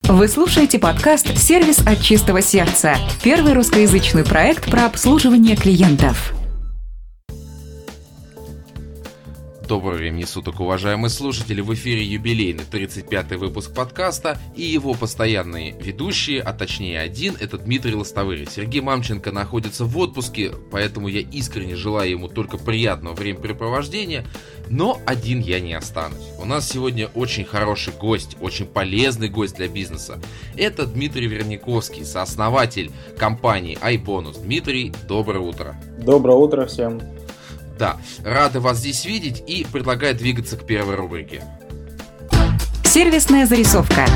Вы слушаете подкаст «Сервис от чистого сердца». Первый русскоязычный проект про обслуживание клиентов. Доброго времени суток, уважаемые слушатели! В эфире юбилейный 35-й выпуск подкаста и его постоянные ведущие, а точнее один, это Дмитрий Лостовырь. Сергей Мамченко находится в отпуске, поэтому я искренне желаю ему только приятного времяпрепровождения, но один я не останусь. У нас сегодня очень хороший гость, очень полезный гость для бизнеса. Это Дмитрий Верняковский, сооснователь компании iBonus. Дмитрий, доброе утро! Доброе утро всем! Да, рады вас здесь видеть и предлагаю двигаться к первой рубрике. Сервисная зарисовка.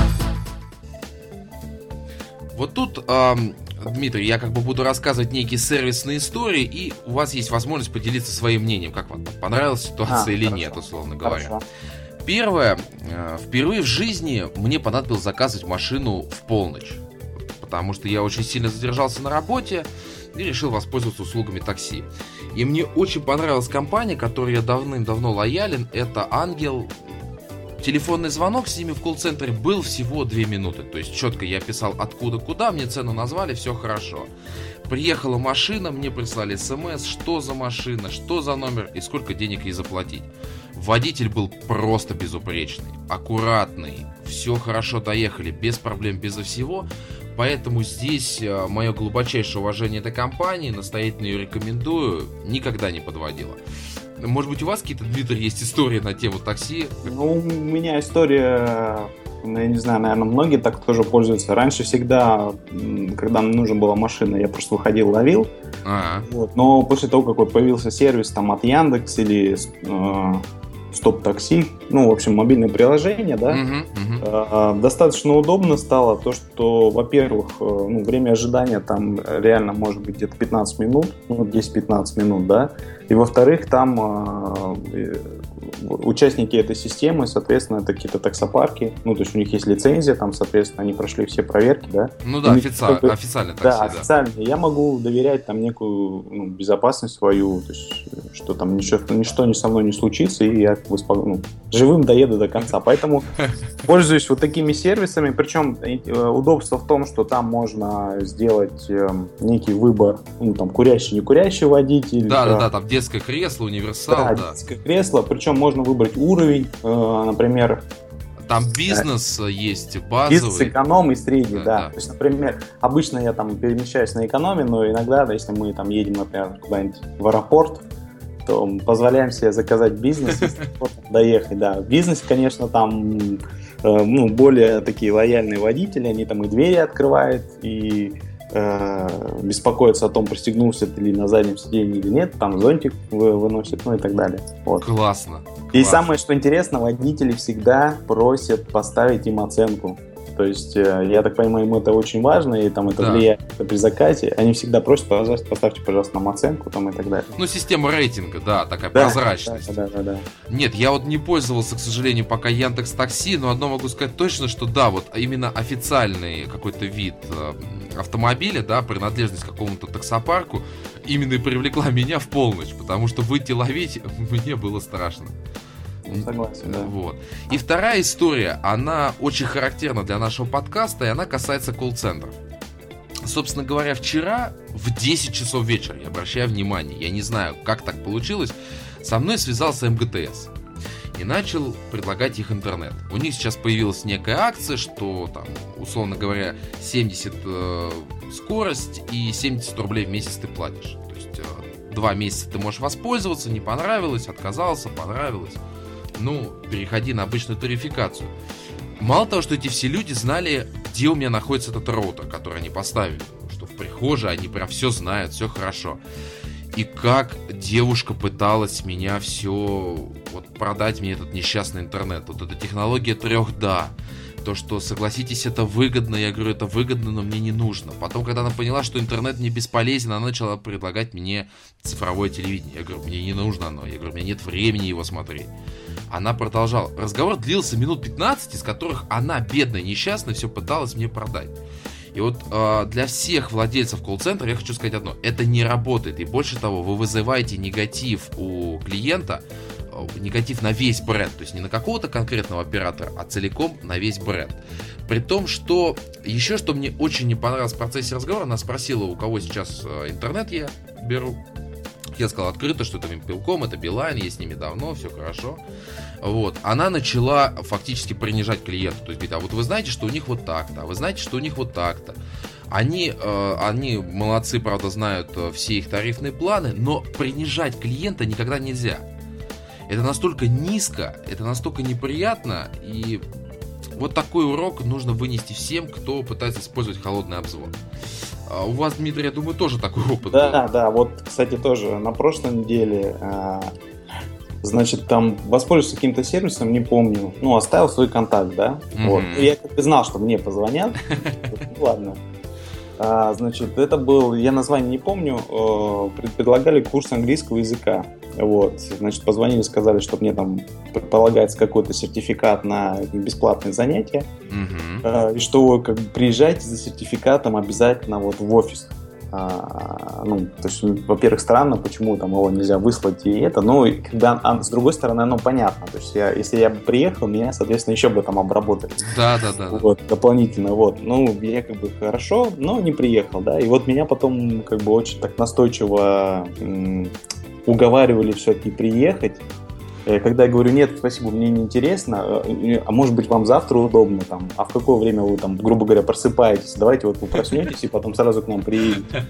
Вот тут, Дмитрий, я буду рассказывать некие сервисные истории, и у вас есть возможность поделиться своим мнением, как вам понравилась ситуация или хорошо. нет, условно говоря. Хорошо. Первое, впервые в жизни мне понадобилось заказывать машину в полночь, потому что я очень сильно задержался на работе и решил воспользоваться услугами такси. И мне очень понравилась компания, которой я давным-давно лоялен, это Ангел. Телефонный звонок с ними в колл-центре был всего 2 минуты. То есть четко я писал откуда куда, мне цену назвали, все хорошо. Приехала машина, мне прислали смс, что за машина, что за номер и сколько денег ей заплатить. Водитель был просто безупречный, аккуратный, все хорошо доехали, без проблем, безо всего. Поэтому здесь мое глубочайшее уважение этой компании, настоятельно ее рекомендую, никогда не подводила. Может быть, у вас какие-то, Дмитрий, есть истории на тему такси? Ну, у меня история, я не знаю, наверное, многие так тоже пользуются. Раньше всегда, когда мне нужна была машина, я просто выходил, ловил. Вот. Но после того, как появился сервис там от Яндекс или Стоп Такси, ну, в общем, мобильное приложение, да, достаточно удобно стало то, что, во-первых, время ожидания там реально может быть где-то 15 минут, 10-15 минут, да, и, во-вторых, там участники этой системы, соответственно, это какие-то таксопарки, то есть у них есть лицензия, там, соответственно, они прошли все проверки, да. Ну да, официально такси, да. Официально. Я могу доверять там некую безопасность свою, то есть, что там ничто со мной не случится, и я живым доеду до конца. Поэтому пользуюсь вот такими сервисами, причем удобство в том, что там можно сделать некий выбор, там, курящий, не курящий водитель. Да, там детское кресло, универсал. Да, детское кресло, причем можно выбрать уровень, например... Там бизнес есть, базовый. Бизнес, эконом и средний, да. То есть, например, обычно я там перемещаюсь на экономе, но иногда, если мы там едем, например, куда-нибудь в аэропорт, то позволяем себе заказать бизнес и доехать, да. В бизнесе, конечно, там более такие лояльные водители, они там и двери открывают, и беспокоятся о том, пристегнулся ты ли на заднем сиденье или нет, там зонтик выносит, и так далее. Вот. Классно. И самое, что интересно, водители всегда просят поставить им оценку. То есть, я так понимаю, им это очень важно, и там это влияет при заказе. Они всегда просят, поставьте, пожалуйста, нам оценку, там, и так далее. Система рейтинга, да, такая прозрачность. Да. Нет, я не пользовался, к сожалению, пока Яндекс.Такси, но одно могу сказать точно, что да, вот именно официальный какой-то вид автомобиля, да, принадлежность к какому-то таксопарку, именно и привлекла меня в полночь, потому что выйти ловить мне было страшно. Согласен, да. Вот. И вторая история, она очень характерна для нашего подкаста, и она касается колл-центров. Собственно говоря, вчера в 10 часов вечера, я обращаю внимание, я не знаю, как так получилось, со мной связался МГТС и начал предлагать их интернет. У них сейчас появилась некая акция, что там, условно говоря, 70 скорость и 70 рублей в месяц ты платишь. То есть 2 месяца ты можешь воспользоваться, не понравилось, отказался, понравилось. Переходи на обычную тарификацию. Мало того, что эти все люди знали, где у меня находится этот роутер, который они поставили. Что в прихожей они прям все знают, все хорошо. И как девушка пыталась меня все продать мне этот несчастный интернет. Вот эта технология 3D. То, что, согласитесь, это выгодно. Я говорю, это выгодно, но мне не нужно. Потом, когда она поняла, что интернет мне бесполезен, она начала предлагать мне цифровое телевидение. Я говорю, мне не нужно оно. Я говорю, у меня нет времени его смотреть. Она продолжала. Разговор длился минут 15, из которых она, бедная, несчастная, все пыталась мне продать. И вот для всех владельцев колл-центра я хочу сказать одно. Это не работает. И больше того, вы вызываете негатив у клиента негатив на весь бренд, то есть не на какого-то конкретного оператора, а целиком на весь бренд. При том, что еще что мне очень не понравилось в процессе разговора, она спросила, у кого сейчас интернет я беру. Я сказал открыто, что это Вимпелком, это Билайн, я с ними давно, все хорошо. Вот. Она начала фактически принижать клиента. То есть говорит, а вот вы знаете, что у них вот так-то, а вы знаете, что у них вот так-то. Они молодцы, правда, знают все их тарифные планы, но принижать клиента никогда нельзя. Это настолько низко, это настолько неприятно, и вот такой урок нужно вынести всем, кто пытается использовать холодный обзвон. У вас, Дмитрий, я думаю, тоже такой опыт был. Да, вот, кстати, тоже на прошлой неделе, значит, там воспользовался каким-то сервисом, не помню, оставил свой контакт, да, вот. Я как бы знал, что мне позвонят, ладно. Значит, это был, я название не помню, предлагали курс английского языка. Вот, значит, позвонили, сказали, что мне там предполагается какой-то сертификат на бесплатные занятия, и что как бы приезжайте за сертификатом обязательно вот в офис. То есть, во-первых, странно, почему там его нельзя выслать и это, когда, с другой стороны, оно понятно, то есть если я бы приехал, меня, соответственно, еще бы там обработали. Да. Вот, дополнительно, вот, я как бы хорошо, но не приехал, да, и вот меня потом как бы очень так настойчиво уговаривали все-таки приехать. Когда я говорю, нет, спасибо, мне не интересно, а может быть вам завтра удобно, там, а в какое время вы там, грубо говоря, просыпаетесь, давайте вот вы проснетесь и потом сразу к нам приедете.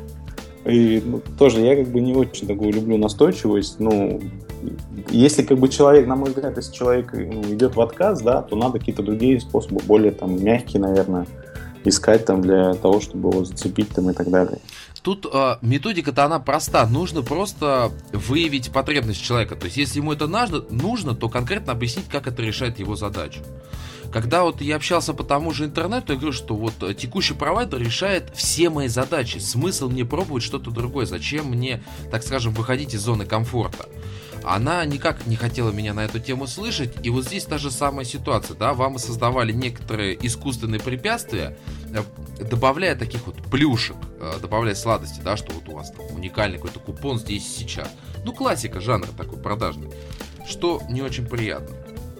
Тоже я как бы не очень такую люблю настойчивость, если как бы человек, на мой взгляд, если человек идет в отказ, да, то надо какие-то другие способы, более там мягкие, наверное, искать там для того, чтобы его зацепить там и так далее. Тут методика-то она проста. Нужно просто выявить потребность человека. То есть, если ему это нужно, то конкретно объяснить, как это решает его задачу. Когда вот я общался по тому же интернету, я говорю, что вот текущий провайдер решает все мои задачи. Смысл мне пробовать что-то другое? Зачем мне, так скажем, выходить из зоны комфорта? Она никак не хотела меня на эту тему слышать. И вот здесь та же самая ситуация, да, вам создавали некоторые искусственные препятствия, добавляя таких вот плюшек, добавляя сладости, да, что вот у вас там уникальный какой-то купон здесь и сейчас. Классика жанра такой продажный, что не очень приятно.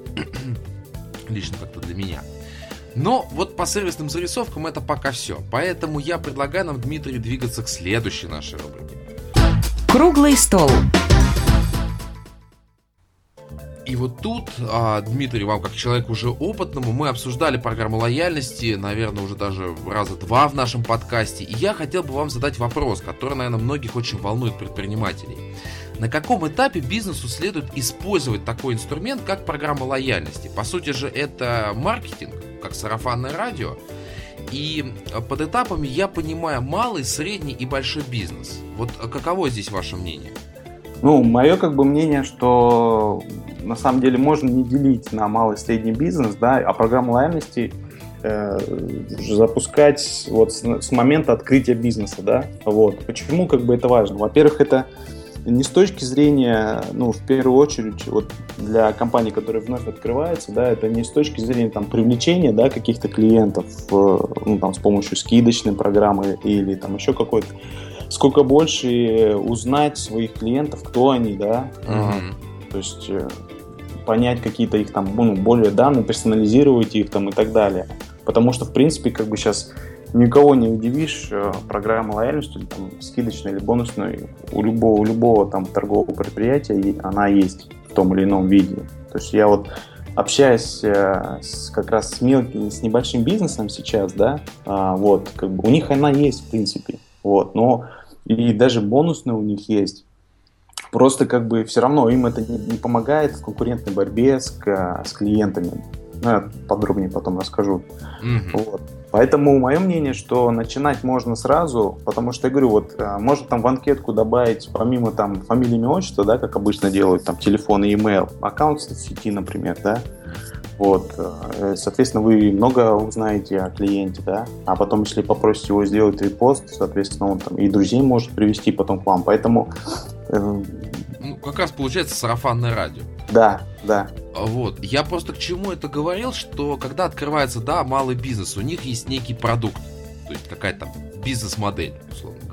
Лично как-то для меня. Но вот по сервисным зарисовкам это пока все. Поэтому я предлагаю нам, Дмитрий, двигаться к следующей нашей рубрике. Круглый стол. И вот тут, Дмитрий, вам как человеку уже опытному, мы обсуждали программу лояльности, наверное, уже даже раза 2 в нашем подкасте. И я хотел бы вам задать вопрос, который, наверное, многих очень волнует предпринимателей. На каком этапе бизнесу следует использовать такой инструмент, как программа лояльности? По сути же, это маркетинг, как сарафанное радио. И под этапами я понимаю малый, средний и большой бизнес. Вот каково здесь ваше мнение? Мое как бы мнение, что на самом деле можно не делить на малый и средний бизнес, да, а программу лояльности запускать вот с момента открытия бизнеса, да, вот. Почему как бы это важно? Во-первых, это не с точки зрения, в первую очередь, вот для компаний, которые вновь открываются, да, это не с точки зрения там привлечения, да, каких-то клиентов, с помощью скидочной программы или там еще какой-то. Сколько больше узнать своих клиентов, кто они, да, то есть понять какие-то их там, более данные, персонализировать их там и так далее. Потому что, в принципе, как бы сейчас никого не удивишь программой лояльности, там, скидочной или бонусной, у любого там торгового предприятия она есть в том или ином виде. То есть я вот общаясь как раз с небольшим бизнесом сейчас, да, вот, как бы у них она есть, в принципе. Вот, но и даже бонусные у них есть. Просто как бы все равно им это не помогает в конкурентной борьбе с клиентами. Я подробнее потом расскажу. Вот. Поэтому мое мнение, что начинать можно сразу, потому что я говорю, вот можно там в анкетку добавить помимо там фамилии, имя, отчества, да, как обычно делают, там телефон и email, аккаунт в соцсети, например, да. Вот, соответственно, вы много узнаете о клиенте, да, а потом, если попросите его сделать репост, соответственно, он там и друзей может привести потом к вам, поэтому... как раз получается сарафанное радио. Да. Вот, я просто к чему это говорил, что когда открывается, да, малый бизнес, у них есть некий продукт, то есть какая-то бизнес-модель, условно говоря.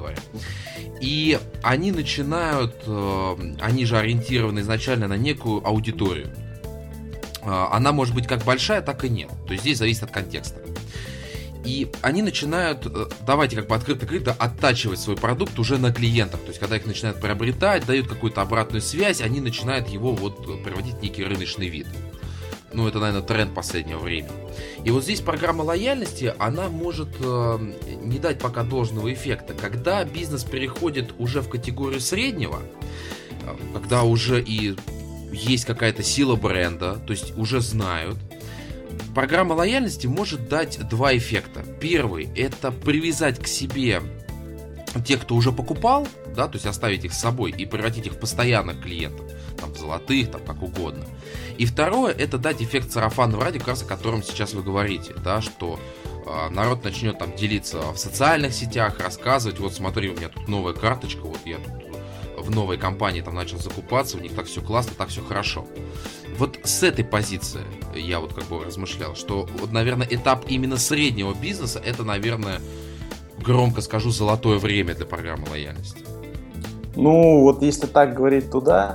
говоря. И они начинают, они же ориентированы изначально на некую аудиторию. Она может быть как большая, так и нет. То есть здесь зависит от контекста. И они начинают, давайте как бы открыто оттачивать свой продукт уже на клиентах. То есть когда их начинают приобретать, дают какую-то обратную связь, они начинают его вот приводить в некий рыночный вид. Ну, это, наверное, тренд последнего времени. И вот здесь программа лояльности, она может не дать пока должного эффекта. Когда бизнес переходит уже в категорию среднего, когда уже и есть какая-то сила бренда, то есть уже знают, программа лояльности может дать два эффекта. Первый – это привязать к себе тех, кто уже покупал, да, то есть оставить их с собой и превратить их в постоянных клиентов, там, в золотых, там, как угодно. И второе – это дать эффект сарафанного радио, как раз о котором сейчас вы говорите, да, что народ начнет там делиться в социальных сетях, рассказывать, вот смотри, у меня тут новая карточка, вот я тут в новой компании там начал закупаться, у них так все классно, так все хорошо. Вот с этой позиции я вот как бы размышлял, что вот, наверное, этап именно среднего бизнеса, это, наверное, громко скажу, золотое время для программы лояльности. Ну, вот если так говорить, то да.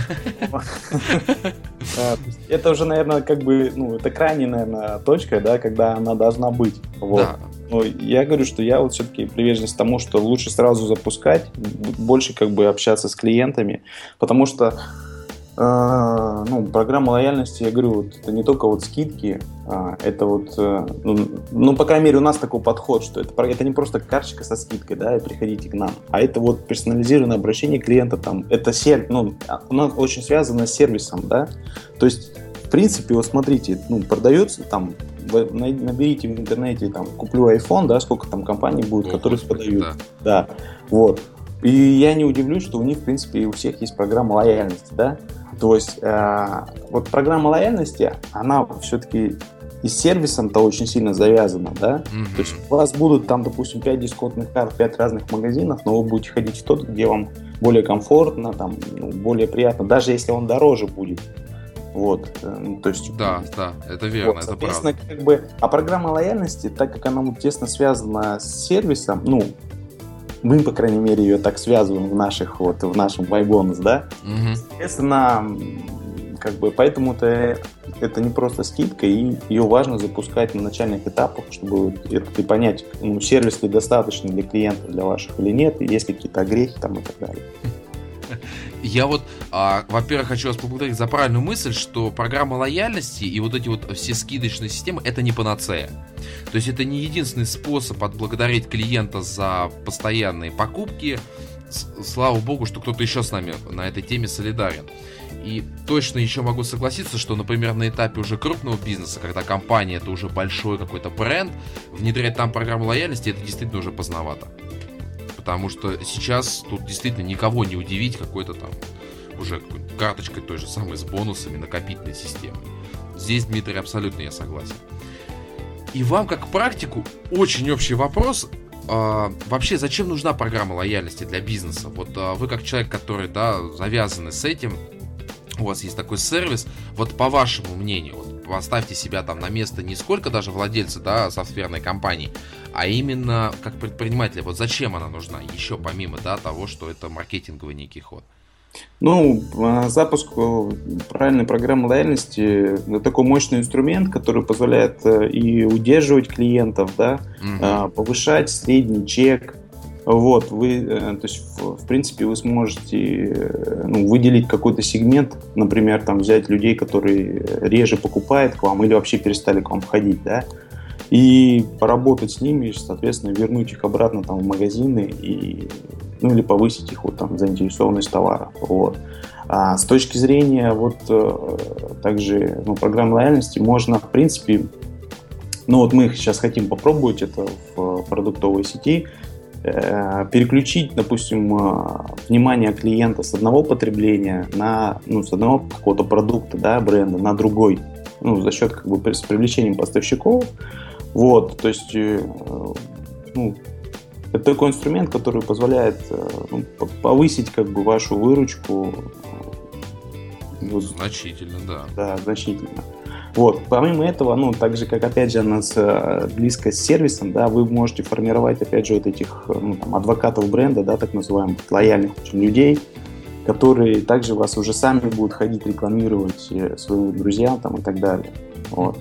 Это уже, наверное, как бы, ну, это крайняя, наверное, точка, да, когда она должна быть. Вот. Но я говорю, что я вот все-таки приверженец тому, что лучше сразу запускать, больше как бы общаться с клиентами, потому что ну, программа лояльности, я говорю, вот, это не только вот скидки, это вот, ну, по крайней мере, у нас такой подход, что это не просто карточка со скидкой, да, и приходите к нам, а это вот персонализированное обращение клиента, там, это ну, у нас очень связано с сервисом, да, то есть, в принципе, вот смотрите, ну, продается там, вы наберите в интернете, там, куплю iPhone, да, сколько там компаний будет, которые продают, да, вот. И я не удивлюсь, что у них, в принципе, у всех есть программа лояльности, да. То есть вот программа лояльности, она все-таки и с сервисом-то очень сильно завязана, да. То есть у вас будут там, допустим, 5 дисконтных карт, 5 разных магазинов, но вы будете ходить в тот, где вам более комфортно, там, ну, более приятно, даже если он дороже будет. Вот, то есть... Да, это верно, вот, это правда. Как бы, а программа лояльности, так как она тесно связана с сервисом, ну, мы, по крайней мере, ее так связываем в нашем Вайбонус, да? Соответственно, как бы, поэтому это не просто скидка, и ее важно запускать на начальных этапах, чтобы и понять, ну, сервис ли достаточный для клиентов, для ваших или нет, и есть какие-то огрехи там и так далее. Я вот, во-первых, хочу вас поблагодарить за правильную мысль, что программа лояльности и вот эти вот все скидочные системы — это не панацея. То есть это не единственный способ отблагодарить клиента за постоянные покупки. Слава богу, что кто-то еще с нами на этой теме солидарен. И точно еще могу согласиться, что, например, на этапе уже крупного бизнеса, когда компания — это уже большой какой-то бренд, внедрять там программу лояльности — это действительно уже поздновато. Потому что сейчас тут действительно никого не удивить какой-то там уже карточкой той же самой с бонусами накопительной системы. Здесь, Дмитрий, абсолютно я согласен. И вам, как практику, очень общий вопрос. Вообще, зачем нужна программа лояльности для бизнеса? Вот вы, как человек, который, да, завязаны с этим, у вас есть такой сервис, вот по вашему мнению, вот поставьте себя там на место не сколько даже владельца, да, софтверной компании, а именно как предпринимателя. Вот зачем она нужна? Еще помимо, да, того, что это маркетинговый некий ход. Ну, запуск правильной программы лояльности — это такой мощный инструмент, который позволяет и удерживать клиентов, да, повышать средний чек. Вот, то есть, в принципе, вы сможете, ну, выделить какой-то сегмент, например, там, взять людей, которые реже покупают к вам или вообще перестали к вам входить, да, и поработать с ними, соответственно, вернуть их обратно там в магазины и, ну, или повысить их вот там заинтересованность товара. Вот. А с точки зрения вот также, ну, программы лояльности можно, в принципе, ну, вот мы сейчас хотим попробовать это в продуктовой сети, переключить, допустим, внимание клиента с одного потребления на, ну, с одного какого-то продукта, да, бренда на другой, ну, за счет как бы с привлечением поставщиков. Вот, то есть, ну, это такой инструмент, который позволяет, ну, повысить как бы вашу выручку. Значительно, да. Да, значительно. Вот. Помимо этого, ну, так же, как, опять же, у нас близко с сервисом, да, вы можете формировать, опять же, вот этих, ну, там, адвокатов бренда, да, так называемых, лояльных очень людей, которые также вас уже сами будут ходить рекламировать своим друзьям там, и так далее. Вот.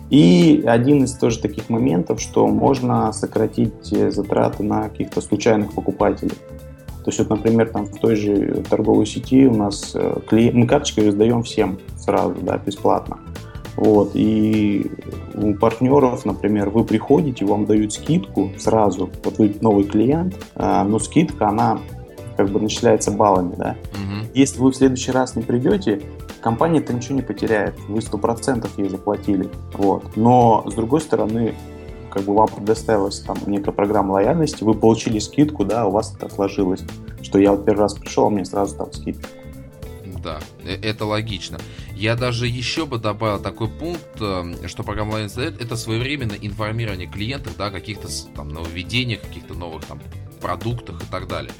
И один из тоже таких моментов, что можно сократить затраты на каких-то случайных покупателей. То есть, вот, например, там в той же торговой сети у нас мы карточки раздаем всем сразу, да, бесплатно. Вот. И у партнеров, например, вы приходите, вам дают скидку сразу, вот вы новый клиент, но скидка, она как бы начисляется баллами, да. Если вы в следующий раз не придете, компания-то ничего не потеряет, вы 100% ей заплатили, вот. Но, с другой стороны, как бы вам предоставилась там некая программа лояльности, вы получили скидку, да, у вас это отложилось, что я вот первый раз пришел, а мне сразу там скидка. Да, это логично. Я даже еще бы добавил такой пункт, что программа лояльности дает, это своевременное информирование клиентов, да, о каких-то там нововведениях, каких-то новых там продуктах и так далее.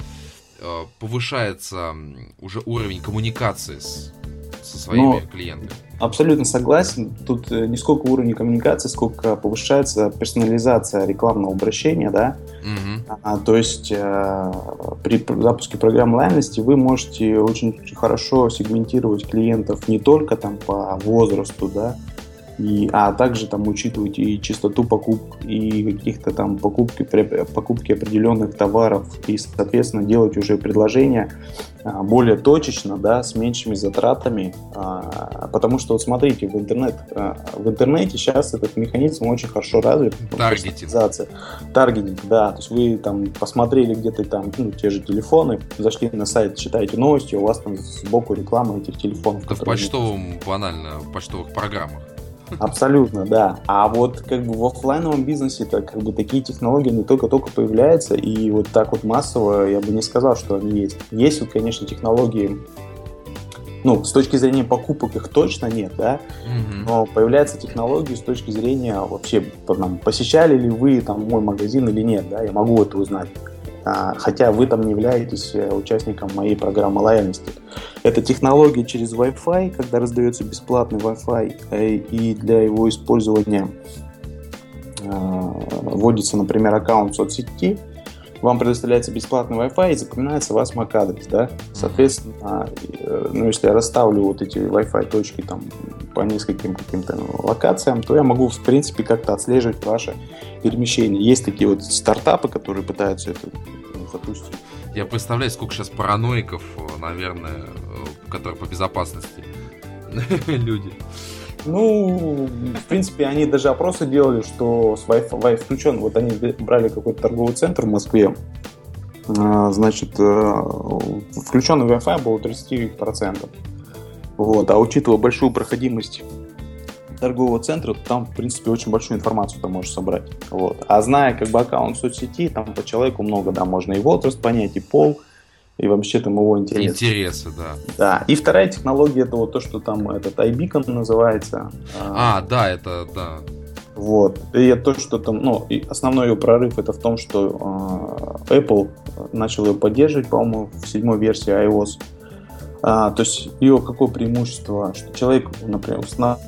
Повышается уже уровень коммуникации со своими клиентами. Абсолютно согласен. Тут не сколько уровень коммуникации, сколько повышается персонализация рекламного обращения, да. То есть при запуске программы лояльности вы можете очень хорошо сегментировать клиентов не только там по возрасту, да, а также там учитывать и частоту покупок, и каких-то там покупки определенных товаров, и, соответственно, делать уже предложения более точечно, да, с меньшими затратами, потому что, вот смотрите, в интернете сейчас этот механизм очень хорошо развит. Таргетинг, да, то есть вы там посмотрели где-то там, ну, те же телефоны, зашли на сайт, читаете новости, у вас там сбоку реклама этих телефонов. Это в почтовых программах. Абсолютно, да. А вот как бы в офлайновом бизнесе это как бы такие технологии не только-только появляются, и вот так вот массово я бы не сказал, что они есть. Есть вот, конечно, технологии, ну, с точки зрения покупок их точно нет, да, но появляются технологии с точки зрения вообще, там, посещали ли вы там мой магазин или нет, да, я могу это узнать. Хотя вы там не являетесь участником моей программы лояльности. Это технология через Wi-Fi, когда раздается бесплатный Wi-Fi, и для его использования вводится, например, аккаунт в соцсети, вам предоставляется бесплатный Wi-Fi и запоминается ваш MAC-адрес, да? Соответственно, ну, если я расставлю вот эти Wi-Fi точки там по нескольким каким-то локациям, то я могу, в принципе, как-то отслеживать ваше перемещение. Есть такие вот стартапы, которые пытаются это запустить. Я представляю, сколько сейчас параноиков, наверное, которые по безопасности люди. Ну, в принципе, они даже опросы делали, что с Wi-Fi включен. Вот они брали какой-то торговый центр в Москве, значит, включенный Wi-Fi был 30%. Вот. А учитывая большую проходимость торгового центра, там, в принципе, очень большую информацию ты можешь собрать. Вот. А зная как бы аккаунт соцсети, там по человеку много, да, можно и возраст понять, и пол, и вообще там его интересы, да. Да. И вторая технология, это вот то, что там этот iBeacon называется. Да, это, да. Вот. И это то, что там, ну, и основной ее прорыв это в том, что Apple начал ее поддерживать, по-моему, в 7-й версии iOS. То есть ее какое преимущество, что человек, например, устанавливает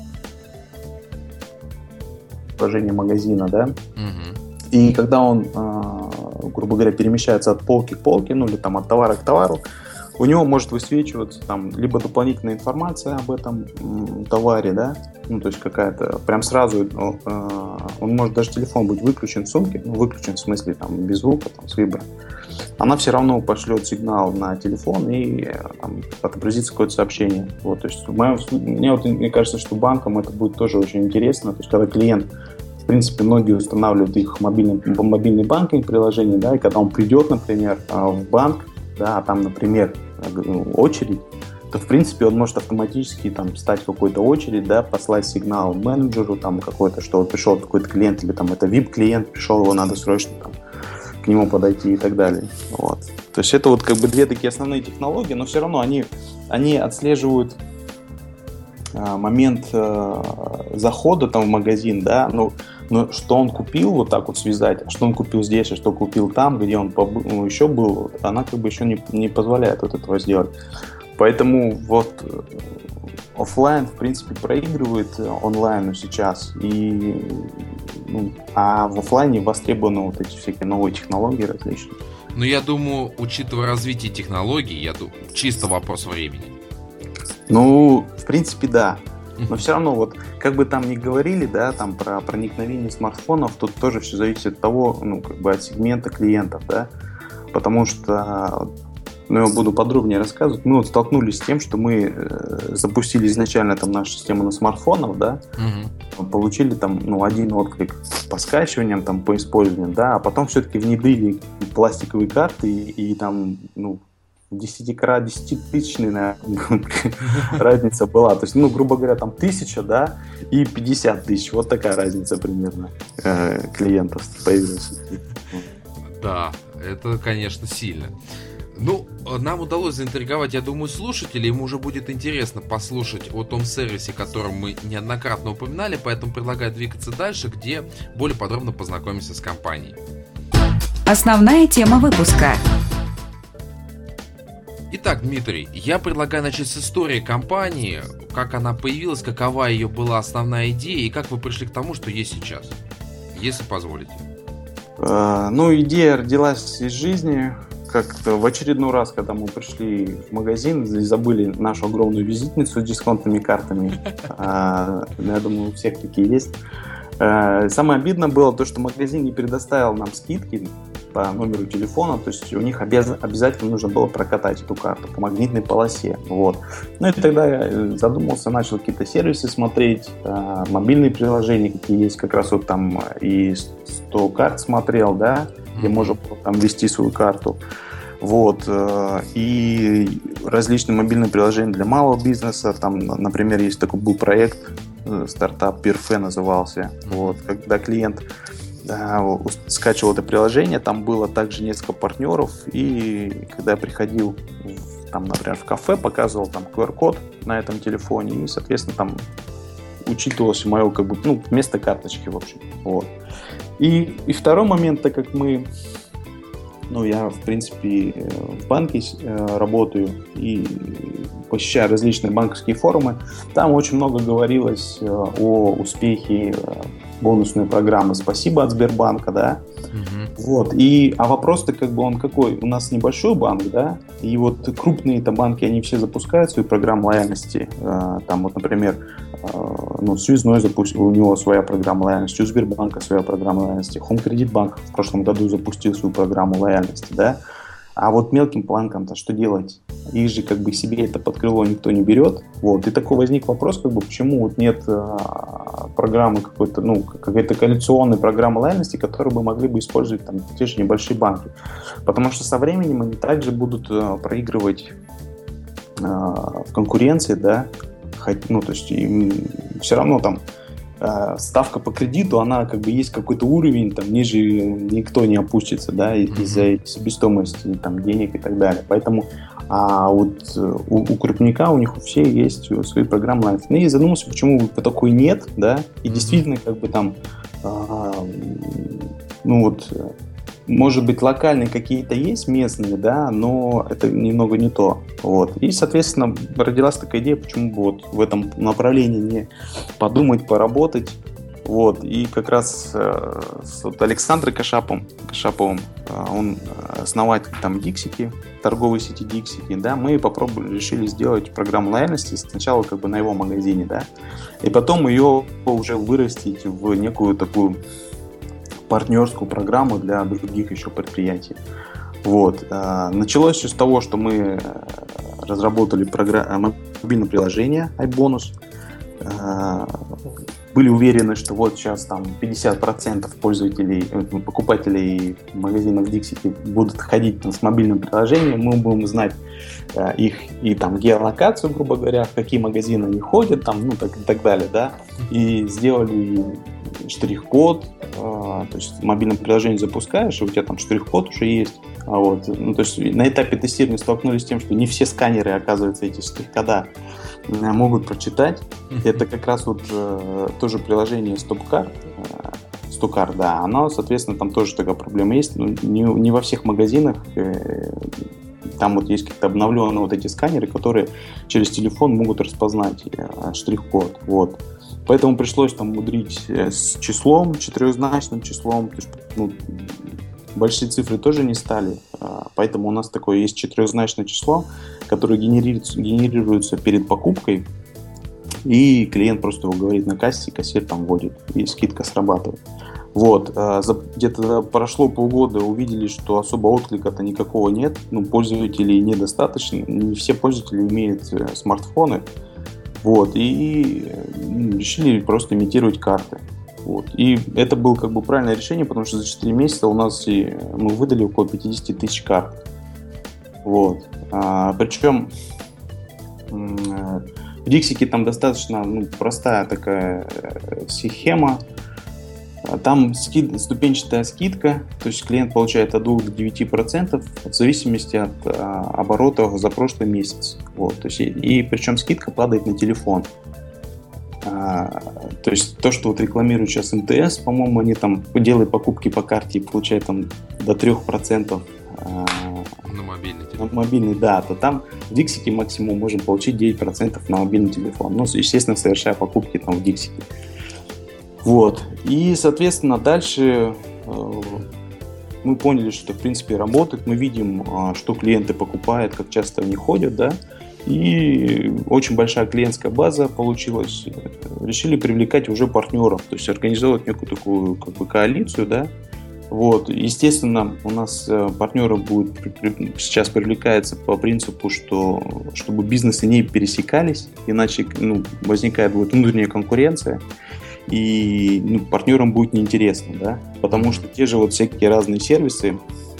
положение магазина, да, и когда он, грубо говоря, перемещается от полки к полке, ну или там от товара к товару, у него может высвечиваться там либо дополнительная информация об этом товаре, да, ну то есть какая-то, прям сразу, он может даже телефон быть выключен в сумке, ну выключен в смысле там без звука, там с вибро, она все равно пошлет сигнал на телефон и там отобразится какое-то сообщение. Вот, то есть мне кажется, что банкам это будет тоже очень интересно, то есть когда клиент, в принципе, многие устанавливают их мобильный банкинг приложение, да, и когда он придет, например, в банк, да, а там, например, очередь, то, в принципе, он может автоматически там стать в какой-то очередь, да, послать сигнал менеджеру там какой-то, что вот пришел какой-то клиент, или там это VIP-клиент, пришел, его надо срочно там к нему подойти и так далее. Вот. То есть это вот как бы две такие основные технологии, но все равно они отслеживают момент захода там в магазин, да, но что он купил, вот так вот связать, а что он купил здесь, а что купил там, где он еще был, она как бы еще не позволяет вот этого сделать. Поэтому вот офлайн, в принципе, проигрывает онлайну сейчас, а в офлайне востребованы вот эти всякие новые технологии различные. Ну, я думаю, учитывая развитие технологий, чисто вопрос времени. Ну, в принципе, да. Но все равно, вот, как бы там ни говорили, да, там про проникновение смартфонов, тут тоже все зависит от того, от сегмента клиентов, да, потому что, я буду подробнее рассказывать, мы вот столкнулись с тем, что мы запустили изначально там нашу систему на смартфонах, да, получили там, один отклик по скачиваниям, там, по использованию, да, а потом все-таки внедрили пластиковые карты и там, 10-тысячная разница была. То есть, грубо говоря, там 1000, да, и 50 тысяч. Вот такая разница примерно клиентов появилась. Да, это, конечно, сильно. Нам удалось заинтриговать, я думаю, слушателей. Им уже будет интересно послушать о том сервисе, который мы неоднократно упоминали, поэтому предлагаю двигаться дальше, где более подробно познакомимся с компанией. Основная тема выпуска. Итак, Дмитрий, я предлагаю начать с истории компании, как она появилась, какова ее была основная идея и как вы пришли к тому, что есть сейчас, если позволите. Идея родилась из жизни. Как-то в очередной раз, когда мы пришли в магазин и забыли нашу огромную визитницу с дисконтными картами. Я думаю, у всех такие есть. Самое обидное было то, что магазин не предоставил нам скидки по номеру телефона, то есть у них обязательно нужно было прокатать эту карту по магнитной полосе. Вот. И тогда я задумался, начал какие-то сервисы смотреть, мобильные приложения, какие есть, как раз вот там и 100 карт смотрел, да, где можно там ввести свою карту. Вот. И различные мобильные приложения для малого бизнеса. Там, например, есть такой был проект, стартап Perfe назывался. Вот. Когда клиент скачивал это приложение, там было также несколько партнеров. И когда я приходил, там, например, в кафе, показывал там QR-код на этом телефоне. И, соответственно, там учитывалось мое место карточки, в общем. Вот. И второй момент, так как я, в принципе, в банке работаю и посещаю различные банковские форумы, там очень много говорилось о успехе бонусной программы «Спасибо» от Сбербанка, да. Вот. А вопрос-то он какой? У нас небольшой банк, да, и вот крупные-то банки, они все запускают свои программы лояльности. Там вот, например, Связной у него своя программа лояльности, у Сбербанка своя программа лояльности, Home Credit Bank в прошлом году запустил свою программу лояльности, да. А вот мелким банкам-то что делать? Их же себе это под крыло никто не берет. Вот. И такой возник вопрос, почему вот нет программы какой-то коалиционной программы лояльности, которую бы могли бы использовать там те же небольшие банки. Потому что со временем они также будут проигрывать в конкуренции, да. То есть им все равно там ставка по кредиту, она есть какой-то уровень, там ниже никто не опустится, да, из-за себестоимости там денег и так далее. Поэтому у крупника у них у всех есть свои программы лояльности. И задумался, почему такой нет, да, и действительно может быть, локальные какие-то есть местные, да, но это немного не то. Вот. И, соответственно, родилась такая идея, почему бы вот в этом направлении не подумать, поработать. Вот. И как раз с Александром Кашаповым, он основатель там Dixity, торговой сети Dixity, да, мы решили сделать программу лояльности сначала на его магазине, да, и потом ее уже вырастить в некую такую партнерскую программу для других еще предприятий. Вот. Началось все с того, что мы разработали мобильное приложение iBonus. Были уверены, что вот сейчас там 50% покупателей магазинов Dixity будут ходить с мобильным приложением, мы будем знать их и там геолокацию, грубо говоря, в какие магазины они ходят, там, и так далее, да. И сделали штрих-код, то есть мобильное приложение запускаешь, и у тебя там штрих-код уже есть. Вот. То есть на этапе тестирования столкнулись с тем, что не все сканеры, оказывается, эти штрих-кода могут прочитать. Это как раз вот тоже приложение StopCard, да, оно, соответственно, там тоже такая проблема есть, но не во всех магазинах там вот есть какие-то обновленные вот эти сканеры, которые через телефон могут распознать штрих-код. Вот. Поэтому пришлось там мудрить с числом, четырехзначным числом. То есть, большие цифры тоже не стали. Поэтому у нас такое есть четырехзначное число, которое генерируется перед покупкой. И клиент просто его говорит на кассе, кассир там вводит, и скидка срабатывает. Вот. Где-то прошло полгода, увидели, что особо отклика-то никакого нет. Пользователей недостаточно. Не все пользователи имеют смартфоны. Вот. И решили просто имитировать карты. Вот. И это было как бы правильное решение, потому что за 4 месяца мы выдали около 50 тысяч карт. Вот. Причем в Dixie там достаточно простая такая схема. Там ступенчатая скидка, то есть клиент получает от 2 до 9% в зависимости от оборота за прошлый месяц. Вот, то есть, и причем скидка падает на телефон. То есть то, что вот рекламируют сейчас МТС, по-моему, они там делают покупки по карте и получают там до 3%. На мобильный телефон. На мобильный, да, то там в Dixie максимум можем получить 9% на мобильный телефон. Естественно, совершая покупки там в Dixie. Вот. И, соответственно, дальше мы поняли, что в принципе работает. Мы видим, что клиенты покупают, как часто они ходят, да. И очень большая клиентская база получилась. Решили привлекать уже партнеров, то есть организовать некую такую как бы коалицию, да. Вот. Естественно, у нас партнеры будут сейчас привлекаются по принципу, что чтобы бизнесы не пересекались, иначе возникает внутренняя конкуренция. И партнерам будет неинтересно, да, потому что те же вот всякие разные сервисы,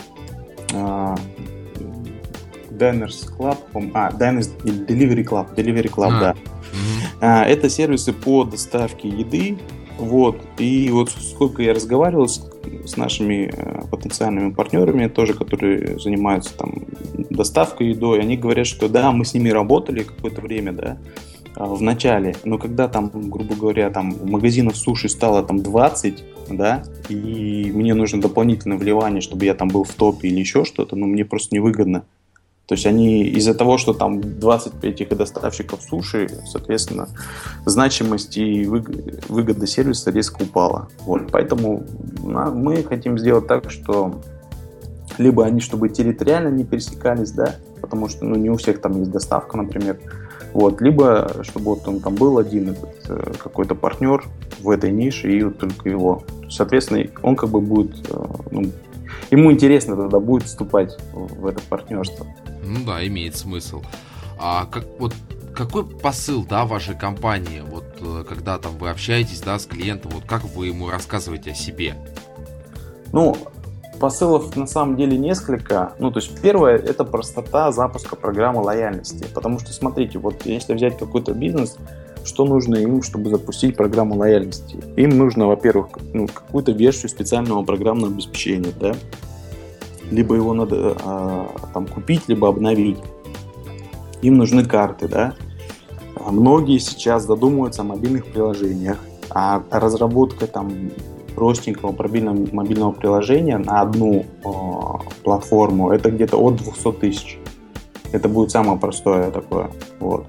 Diners Club, Diners Delivery Club, да. Это сервисы по доставке еды, вот, и вот сколько я разговаривал с нашими потенциальными партнерами, тоже, которые занимаются там доставкой едой, они говорят, что да, мы с ними работали какое-то время, да, в начале, но когда там, грубо говоря, там магазинов суши стало там 20, да, и мне нужно дополнительное вливание, чтобы я там был в топе или еще что-то, мне просто невыгодно. То есть они из-за того, что там 25 этих доставщиков суши, соответственно, значимость и выгода сервиса резко упала. Вот, поэтому мы хотим сделать так, что либо они, чтобы территориально не пересекались, да, потому что не у всех там есть доставка, например, вот, либо чтобы вот он там был один какой-то партнер в этой нише и вот только его. Соответственно, он как бы будет, ему интересно тогда будет вступать в это партнерство. Ну да, имеет смысл. А какой посыл, да, вашей компании, вот когда там вы общаетесь, да, с клиентом, вот как вы ему рассказываете о себе? Посылов на самом деле несколько. То есть первое — это простота запуска программы лояльности. Потому что, смотрите, вот если взять какой-то бизнес, что нужно им, чтобы запустить программу лояльности? Им нужно, во-первых, какую-то версию специального программного обеспечения, да? Либо его надо там купить, либо обновить. Им нужны карты, да? Многие сейчас задумываются о мобильных приложениях, а разработка там простенького мобильного приложения на одну платформу — это где-то от 200 тысяч. Это будет самое простое такое. Вот.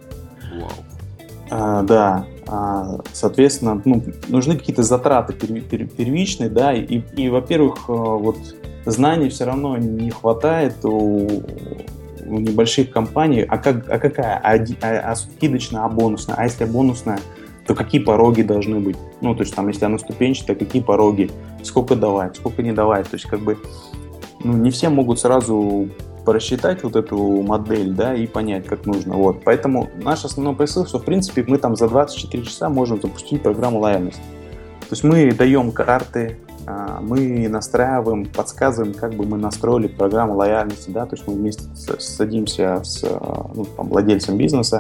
Да. Соответственно, нужны какие-то затраты первичные, да, и во-первых, вот знаний все равно не хватает у небольших компаний. Какая? А скидочная, а бонусная? А если бонусная, то какие пороги должны быть? То есть там, если она ступенчатая, какие пороги? Сколько давать, сколько не давать? То есть как бы не все могут сразу просчитать вот эту модель, да, и понять, как нужно. Вот. Поэтому наш основной посыл, что в принципе мы там за 24 часа можем запустить программу лояльности. То есть мы даем карты, мы настраиваем, подсказываем, как бы мы настроили программу лояльности, да, то есть мы вместе садимся с владельцем бизнеса,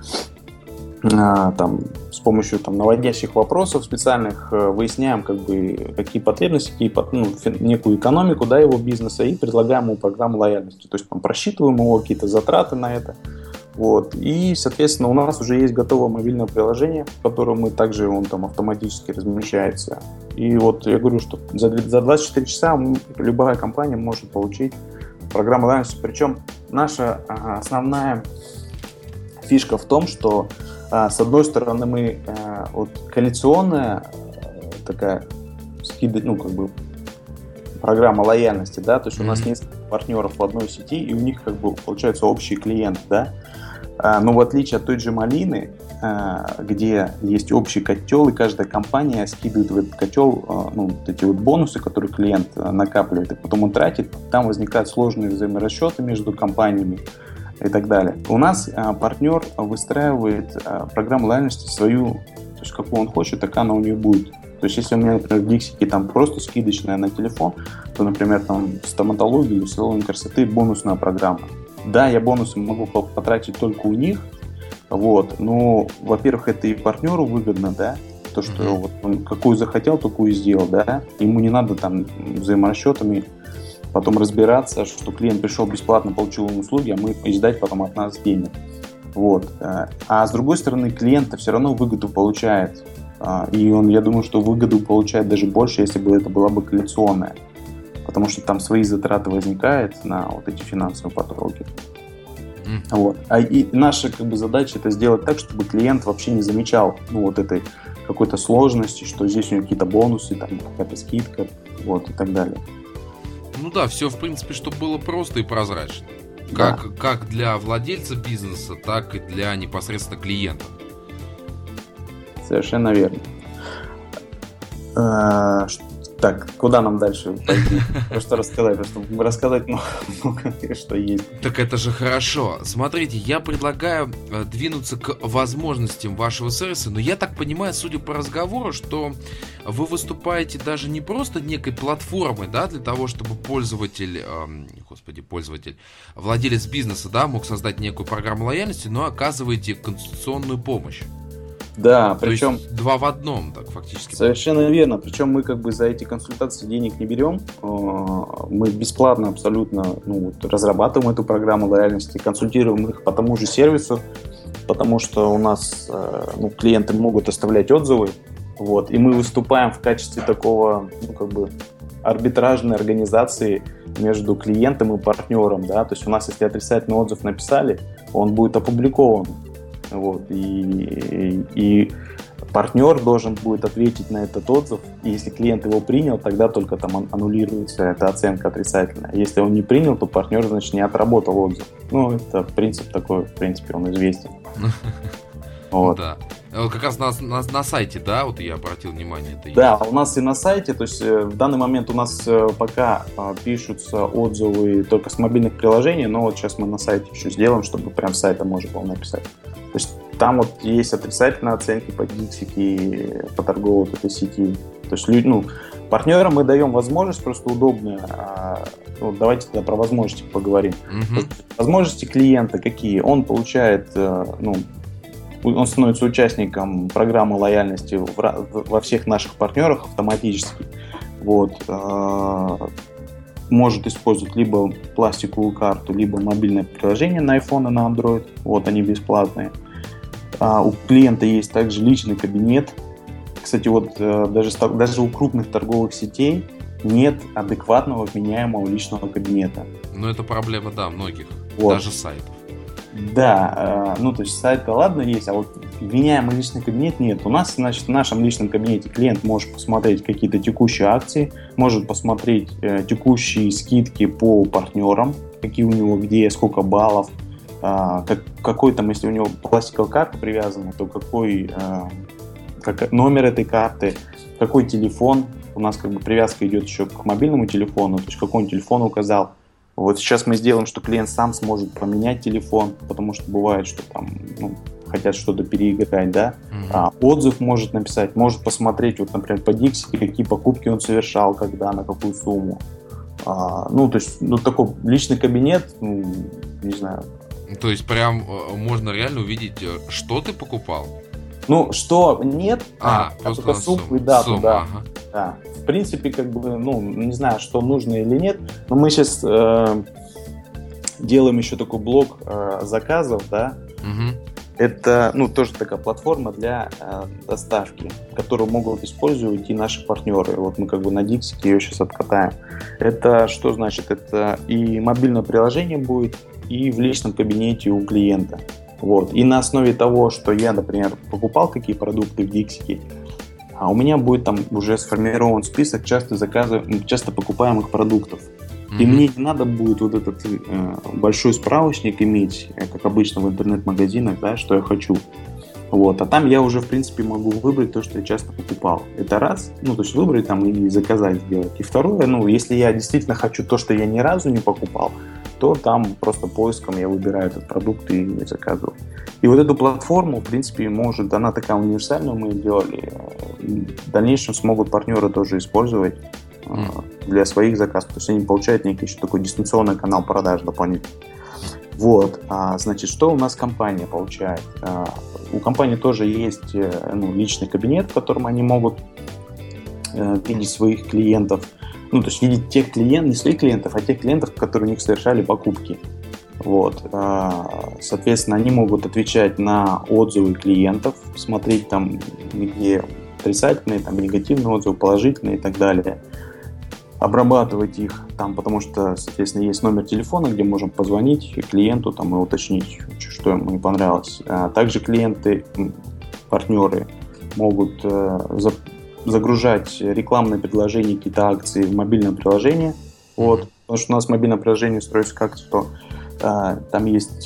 там, с помощью наводящих вопросов специальных выясняем, как бы, какие потребности, некую экономику, да, его бизнеса, и предлагаем ему программу лояльности. То есть просчитываем его какие-то затраты на это. Вот. И, соответственно, у нас уже есть готовое мобильное приложение, в котором мы также он там автоматически размещается. И вот я говорю, что за 24 часа любая компания может получить программа лояльности. Причем наша основная фишка в том, что с одной стороны мы вот коалиционная такая программа лояльности, да, то есть у нас несколько партнеров в одной сети, и у них получаются общие клиенты, да. Но в отличие от той же Малины, где есть общий котел, и каждая компания скидывает в этот котел вот эти вот бонусы, которые клиент накапливает, и потом он тратит, там возникают сложные взаиморасчеты между компаниями и так далее. У нас партнер выстраивает программу лояльности свою, то есть какую он хочет, такая она у него будет. То есть если у меня, например, в Диксике там просто скидочная на телефон, то, например, там стоматология или салон красоты бонусная программа. Да, я бонусы могу потратить только у них, вот, но, во-первых, это и партнеру выгодно, да, то, что вот он какую захотел, такую и сделал, да, ему не надо там взаиморасчетами потом разбираться, что клиент пришел бесплатно, получил услуги, а мы ждать потом от нас денег, вот. А с другой стороны, клиент все равно выгоду получает, и он, я думаю, что выгоду получает даже больше, если бы это была бы коалиционная. Потому что там свои затраты возникают на вот эти финансовые потоки. Вот. И наша задача это сделать так, чтобы клиент вообще не замечал вот этой какой-то сложности, что здесь у него какие-то бонусы, там какая-то скидка, вот, и так далее. Ну да, все в принципе, чтобы было просто и прозрачно. Да. Как для владельца бизнеса, так и для непосредственно клиента. Совершенно верно. Так, куда нам дальше пойти? Просто рассказать много, что есть. Так это же хорошо. Смотрите, я предлагаю двинуться к возможностям вашего сервиса, но я так понимаю, судя по разговору, что вы выступаете даже не просто некой платформой, да, для того, чтобы владелец бизнеса, да, мог создать некую программу лояльности, но оказываете консультационную помощь. Да, причем... То есть 2 в 1, так фактически. Совершенно верно. Причем мы за эти консультации денег не берем. Мы бесплатно абсолютно разрабатываем эту программу лояльности, консультируем их по тому же сервису, потому что у нас клиенты могут оставлять отзывы. Вот, и мы выступаем в качестве такого арбитражной организации между клиентом и партнером. Да? То есть у нас, если отрицательный отзыв написали, он будет опубликован. Вот, и партнер должен будет ответить на этот отзыв, и если клиент его принял, тогда только там аннулируется эта оценка отрицательная. Если он не принял, то партнер, значит, не отработал отзыв. Это принцип такой, в принципе, он известен. Вот. Да. Как раз на сайте, да, вот я обратил внимание. Да, у нас и на сайте, то есть в данный момент у нас пока пишутся отзывы только с мобильных приложений, но вот сейчас мы на сайте еще сделаем, чтобы прям с сайта можно было написать. То есть там вот есть отрицательные оценки по Диксике, по торговой вот этой сети. То есть партнерам мы даем возможность просто удобную. Давайте тогда про возможности поговорим. Возможности клиента какие? Он получает, он становится участником программы лояльности во всех наших партнерах автоматически. Вот. Может использовать либо пластиковую карту, либо мобильное приложение на iPhone и на Android. Вот, они бесплатные. У клиента есть также личный кабинет. Кстати, вот даже у крупных торговых сетей нет адекватного вменяемого личного кабинета. Это проблема, да, многих, вот. Даже сайтов. Да, то есть сайт-то ладно есть, а вот вменяемый личный кабинет нет. У нас, значит, в нашем личном кабинете клиент может посмотреть какие-то текущие акции, может посмотреть текущие скидки по партнерам, какие у него, где, сколько баллов, какой там, если у него пластиковая карта привязана, то какой номер этой карты, какой телефон. У нас привязка идет еще к мобильному телефону, то есть какой он телефон указал. Вот сейчас мы сделаем, что клиент сам сможет поменять телефон, потому что бывает, что там хотят что-то переиграть, да. Отзыв может написать, может посмотреть, вот, например, по Dixie, какие покупки он совершал, когда, на какую сумму. То есть, такой личный кабинет, не знаю. То есть прям можно реально увидеть, что ты покупал? Что нет, только сумму и дату, да. Ага. Да. В принципе, не знаю, что нужно или нет, но мы сейчас делаем еще такой блок заказов, да. Это, тоже такая платформа для доставки, которую могут использовать и наши партнеры. Вот мы на Dixie ее сейчас откатаем. Это что значит? Это и мобильное приложение будет, и в личном кабинете у клиента. Вот. И на основе того, что я, например, покупал какие продукты в Dixie, а у меня будет там уже сформирован список часто покупаемых продуктов. И мне не надо будет вот этот большой справочник иметь, как обычно в интернет-магазинах, да, что я хочу. Вот. А там я уже, в принципе, могу выбрать то, что я часто покупал. Это раз, то есть выбрать там и заказать сделать. И второе, если я действительно хочу то, что я ни разу не покупал, то там просто поиском я выбираю этот продукт и заказываю. И вот эту платформу, в принципе, она такая универсальная, мы ее делали. В дальнейшем смогут партнеры тоже использовать для своих заказов. То есть они получают некий еще такой дистанционный канал продаж дополнительный. Вот. Значит, что у нас компания получает? У компании тоже есть личный кабинет, в котором они могут видеть своих клиентов. То есть видеть тех клиентов, не своих клиентов, а тех клиентов, которые у них совершали покупки. Вот. Соответственно, они могут отвечать на отзывы клиентов, смотреть там, где отрицательные, там, негативные отзывы, положительные и так далее. Обрабатывать их там, потому что, соответственно, есть номер телефона, где можем позвонить клиенту там, и уточнить, что ему не понравилось. Также клиенты, партнеры могут загружать рекламные предложения, какие-то акции в мобильное приложение. Вот. Потому что у нас мобильное приложение строится как-то, что там есть,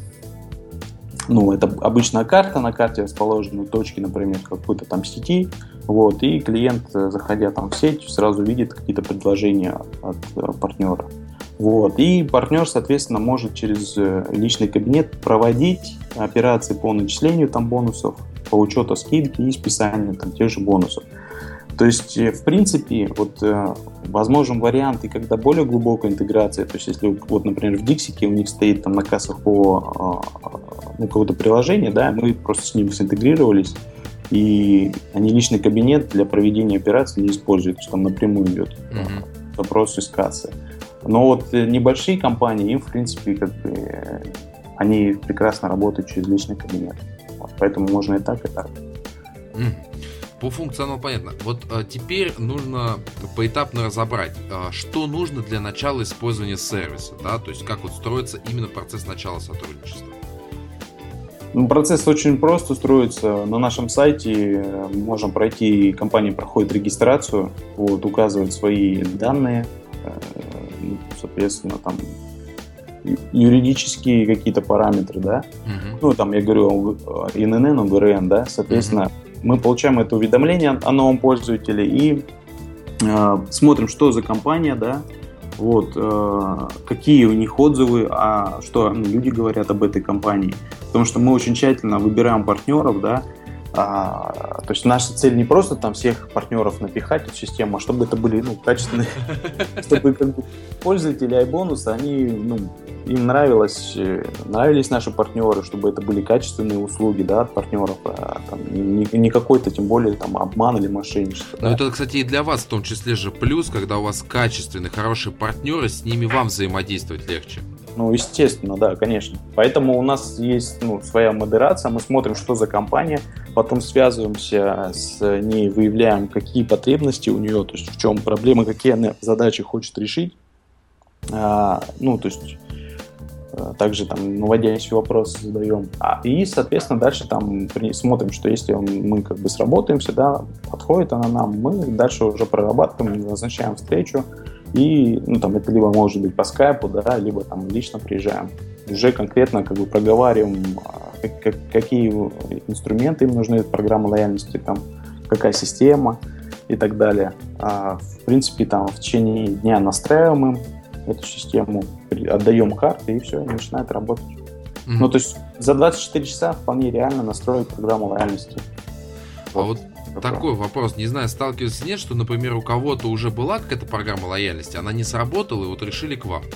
это обычная карта, на карте расположены точки, например, какой-то там сети, вот, и клиент, заходя там в сеть, сразу видит какие-то предложения от партнера. Вот, и партнер, соответственно, может через личный кабинет проводить операции по начислению там бонусов, по учету скидки и списанию там тех же бонусов. То есть, в принципе, возможен вариант, и когда более глубокая интеграция, то есть, если, например, в Dixie у них стоит там на кассах по какое-то приложение, да, мы просто с ним синтегрировались, и они личный кабинет для проведения операций не используют, то есть там напрямую идет запрос из кассы. Но небольшие компании, им, в принципе, они прекрасно работают через личный кабинет. Поэтому можно и так, и так. По функционалу понятно. Теперь нужно поэтапно разобрать, что нужно для начала использования сервиса, да, то есть как строится именно процесс начала сотрудничества. Процесс очень просто строится. На нашем сайте можем пройти, компания проходит регистрацию, указывает свои данные, соответственно, там юридические какие-то параметры, да. Там я говорю ИНН, ОГРН, да, соответственно, мы получаем это уведомление о новом пользователе и смотрим, что за компания, да, какие у них отзывы, что люди говорят об этой компании. Потому что мы очень тщательно выбираем партнеров, да. То есть наша цель не просто там всех партнеров напихать в систему, а чтобы это были качественные, чтобы пользователи iBonus, им нравились наши партнеры, чтобы это были качественные услуги, да, от партнеров, не какой-то, тем более там обман или мошенничество. Но это, кстати, и для вас в том числе же плюс, когда у вас качественные, хорошие партнеры, с ними вам взаимодействовать легче. Естественно, да, конечно. Поэтому у нас есть своя модерация, мы смотрим, что за компания, потом связываемся с ней, выявляем, какие потребности у нее, то есть в чем проблема, какие она задачи хочет решить. То есть также там наводящие вопросы задаем. И, соответственно, дальше там смотрим, что если мы сработаемся, да, подходит она нам, мы дальше уже прорабатываем, назначаем встречу. И это либо может быть по скайпу, да, либо там лично приезжаем. Уже конкретно проговариваем, какие инструменты им нужны, программа лояльности, там, какая система и так далее. В принципе, там в течение дня настраиваем им эту систему, отдаем карты, и все, и начинает работать. То есть за 24 часа вполне реально настроить программу лояльности. Такой вопрос, не знаю, сталкивались нет, что, например, у кого-то уже была какая-то программа лояльности, она не сработала, и решили к вам.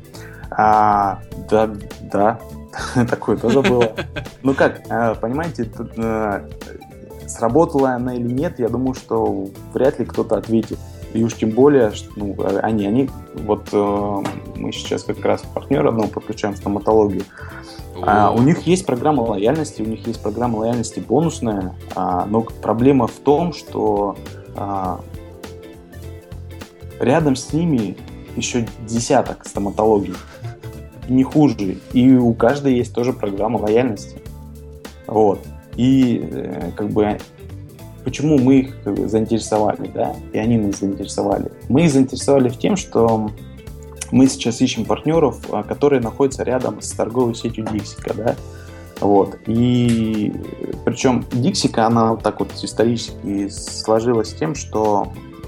Да, такое тоже было. Понимаете, сработала она или нет, я думаю, что вряд ли кто-то ответит. И уж тем более, мы сейчас как раз партнера одного подключаем в стоматологию. У них есть программа лояльности бонусная, но проблема в том, что рядом с ними еще десяток стоматологий, не хуже, и у каждой есть тоже программа лояльности. Вот. И как бы почему мы их заинтересовали, да, и они нас заинтересовали? Мы их заинтересовали в тем, что мы сейчас ищем партнеров, которые находятся рядом с торговой сетью Dixika, да, вот, и причем Dixika, она вот так вот исторически сложилась тем, что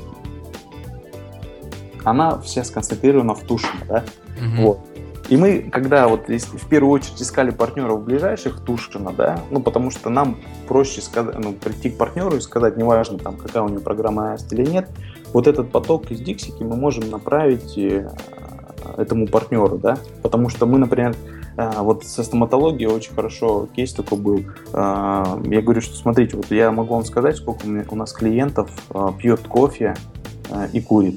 она вся сконцентрирована в Тушино, да, вот. И мы, когда вот в первую очередь искали партнеров ближайших в Тушино, да, ну, потому что нам проще сказать, прийти к партнеру и сказать, неважно, там, какая у него программа AST или нет, вот этот поток из Dixiki мы можем направить этому партнеру, да, потому что мы, например, вот со стоматологией очень хорошо кейс такой был. Я говорю, что смотрите, вот я могу вам сказать, сколько у нас клиентов пьет кофе и курит.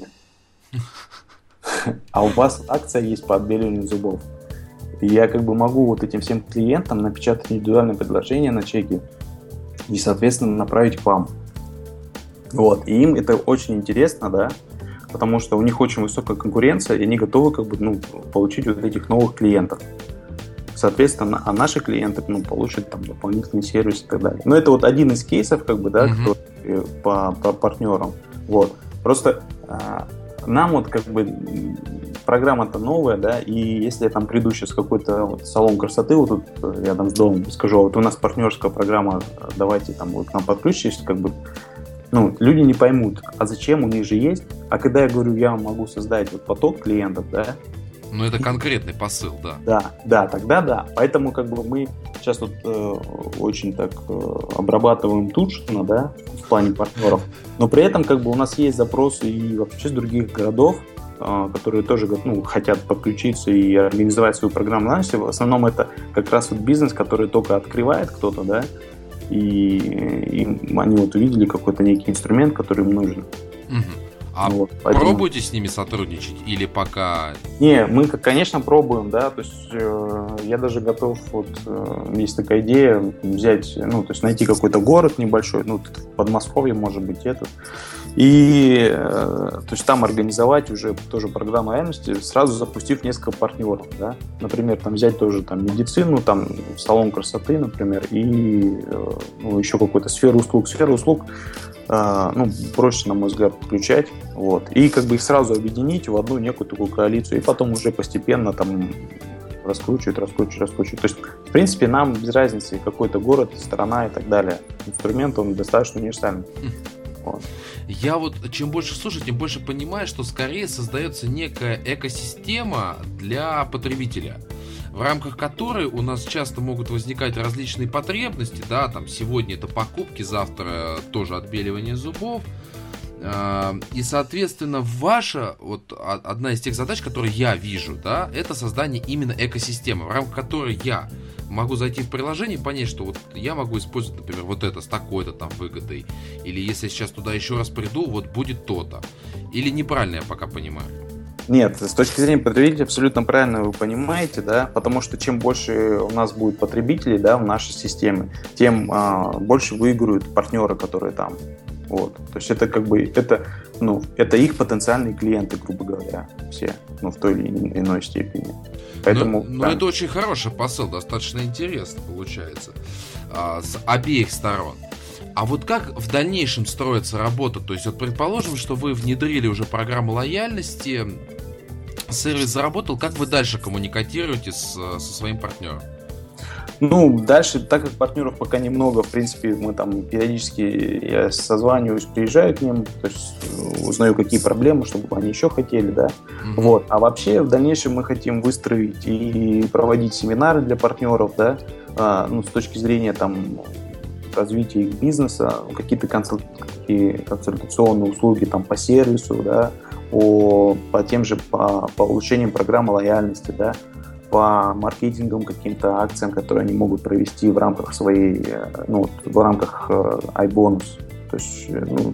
А у вас акция есть по отбеливанию зубов. И я как бы могу вот этим всем клиентам напечатать индивидуальное предложение на чеке и, соответственно, направить к вам. Вот. И им это очень интересно, да, потому что у них очень высокая конкуренция, и они готовы как бы, получить вот этих новых клиентов. Соответственно, а наши клиенты получат там дополнительный сервис и так далее. Но это вот один из кейсов, как бы, да, по партнерам. Вот. Просто нам вот как бы программа-то новая, да, и если я там приду сейчас в какой-то вот салон красоты, вот тут рядом с домом, скажу, вот у нас партнерская программа, давайте там вот к нам подключитесь, как бы, люди не поймут, а зачем, у них же есть. А когда я говорю, я могу создать вот поток клиентов, да. Ну, это конкретный посыл, да. Да, тогда да. Поэтому как бы мы сейчас вот очень так обрабатываем Тушино, да, в плане партнеров. Но при этом как бы у нас есть запросы и вообще с других городов, которые тоже хотят подключиться и организовать свою программу. В основном это как раз вот бизнес, который только открывает кто-то, да, и они вот увидели какой-то некий инструмент, который им нужен. А вот, пробуйте с ними сотрудничать или пока... Не, мы, конечно, пробуем, да, то есть я даже готов, вот, есть такая идея взять, то есть найти какой-то город небольшой, в Подмосковье, может быть, и, то есть там организовать уже тоже программу лояльности, сразу запустив несколько партнеров, да, например, там взять тоже там медицину, там салон красоты, например, и еще какую-то сферу услуг, проще, на мой взгляд, подключать, вот, и как бы их сразу объединить в одну некую такую коалицию, и потом уже постепенно там раскручивать. То есть, в принципе, нам без разницы, какой-то город, страна и так далее. Инструмент, он достаточно универсальный. Вот. Я вот чем больше слушаю, тем больше понимаю, что скорее создается некая экосистема для потребителя, в рамках которой у нас часто могут возникать различные потребности, да, там сегодня это покупки, завтра тоже отбеливание зубов, и, соответственно, ваша, вот одна из тех задач, которые я вижу, да, это создание именно экосистемы, в рамках которой я могу зайти в приложение и понять, что вот я могу использовать, например, вот это с такой-то там выгодой, или если я сейчас туда еще раз приду, вот будет то-то, или неправильно я пока понимаю? Нет, с точки зрения потребителя абсолютно правильно вы понимаете, да, потому что чем больше у нас будет потребителей, да, в нашей системе, тем больше выиграют партнеры, которые там. Вот. То есть это как бы это их потенциальные клиенты, грубо говоря, все, в той или иной степени. Поэтому, но это очень хороший посыл, достаточно интересно получается с обеих сторон. А вот как в дальнейшем строится работа? То есть, вот предположим, что вы внедрили уже программу лояльности, сервис заработал, как вы дальше коммуникируете со своим партнером? Дальше, так как партнеров пока немного, в принципе, мы там периодически, я созваниваюсь, приезжаю к ним, то есть узнаю, какие проблемы, чтобы они еще хотели, да. Вот. А вообще в дальнейшем мы хотим выстроить и проводить семинары для партнеров, да, с точки зрения там развития их бизнеса, какие-то консультационные услуги там по сервису, да, по тем же по улучшениям программы лояльности, да, по маркетинговым каким-то акциям, которые они могут провести в рамках своей, в рамках iBonus. То есть,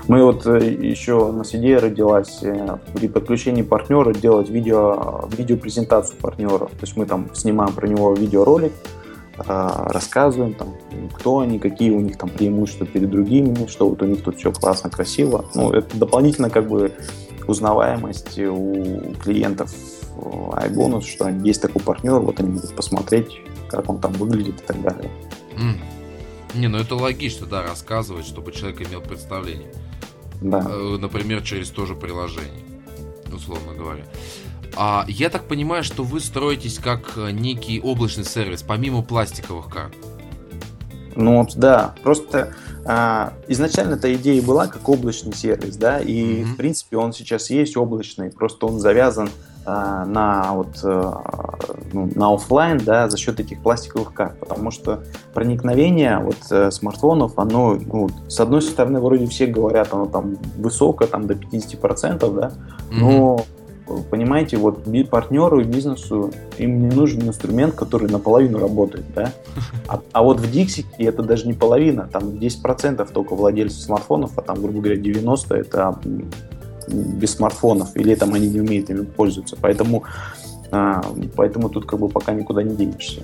Мы вот еще, у нас идея родилась при подключении партнера делать видеопрезентацию партнера. То есть мы там снимаем про него видеоролик, рассказываем, там, кто они, какие у них там преимущества перед другими, что вот у них тут все классно, красиво. Ну, это дополнительно как бы узнаваемость у клиентов iBonus, что есть такой партнер, вот они могут посмотреть, как он там выглядит и так далее. Не, ну это логично, да, рассказывать, чтобы человек имел представление. Да. Например, через то же приложение, условно говоря. Я так понимаю, что вы строитесь как некий облачный сервис, помимо пластиковых карт. Ну, да, просто изначально эта идея была как облачный сервис, да, и в принципе он сейчас есть облачный, просто он завязан на офлайн, да, за счет этих пластиковых карт, потому что проникновение смартфонов, оно, с одной стороны, вроде все говорят, оно там высоко, там до 50%, да, но понимаете, партнеру и бизнесу им не нужен инструмент, который наполовину работает, да? А вот в Dixie это даже не половина, там 10% только владельцев смартфонов, а там, грубо говоря, 90% это без смартфонов, или там они не умеют ими пользоваться. Поэтому тут как бы пока никуда не денешься.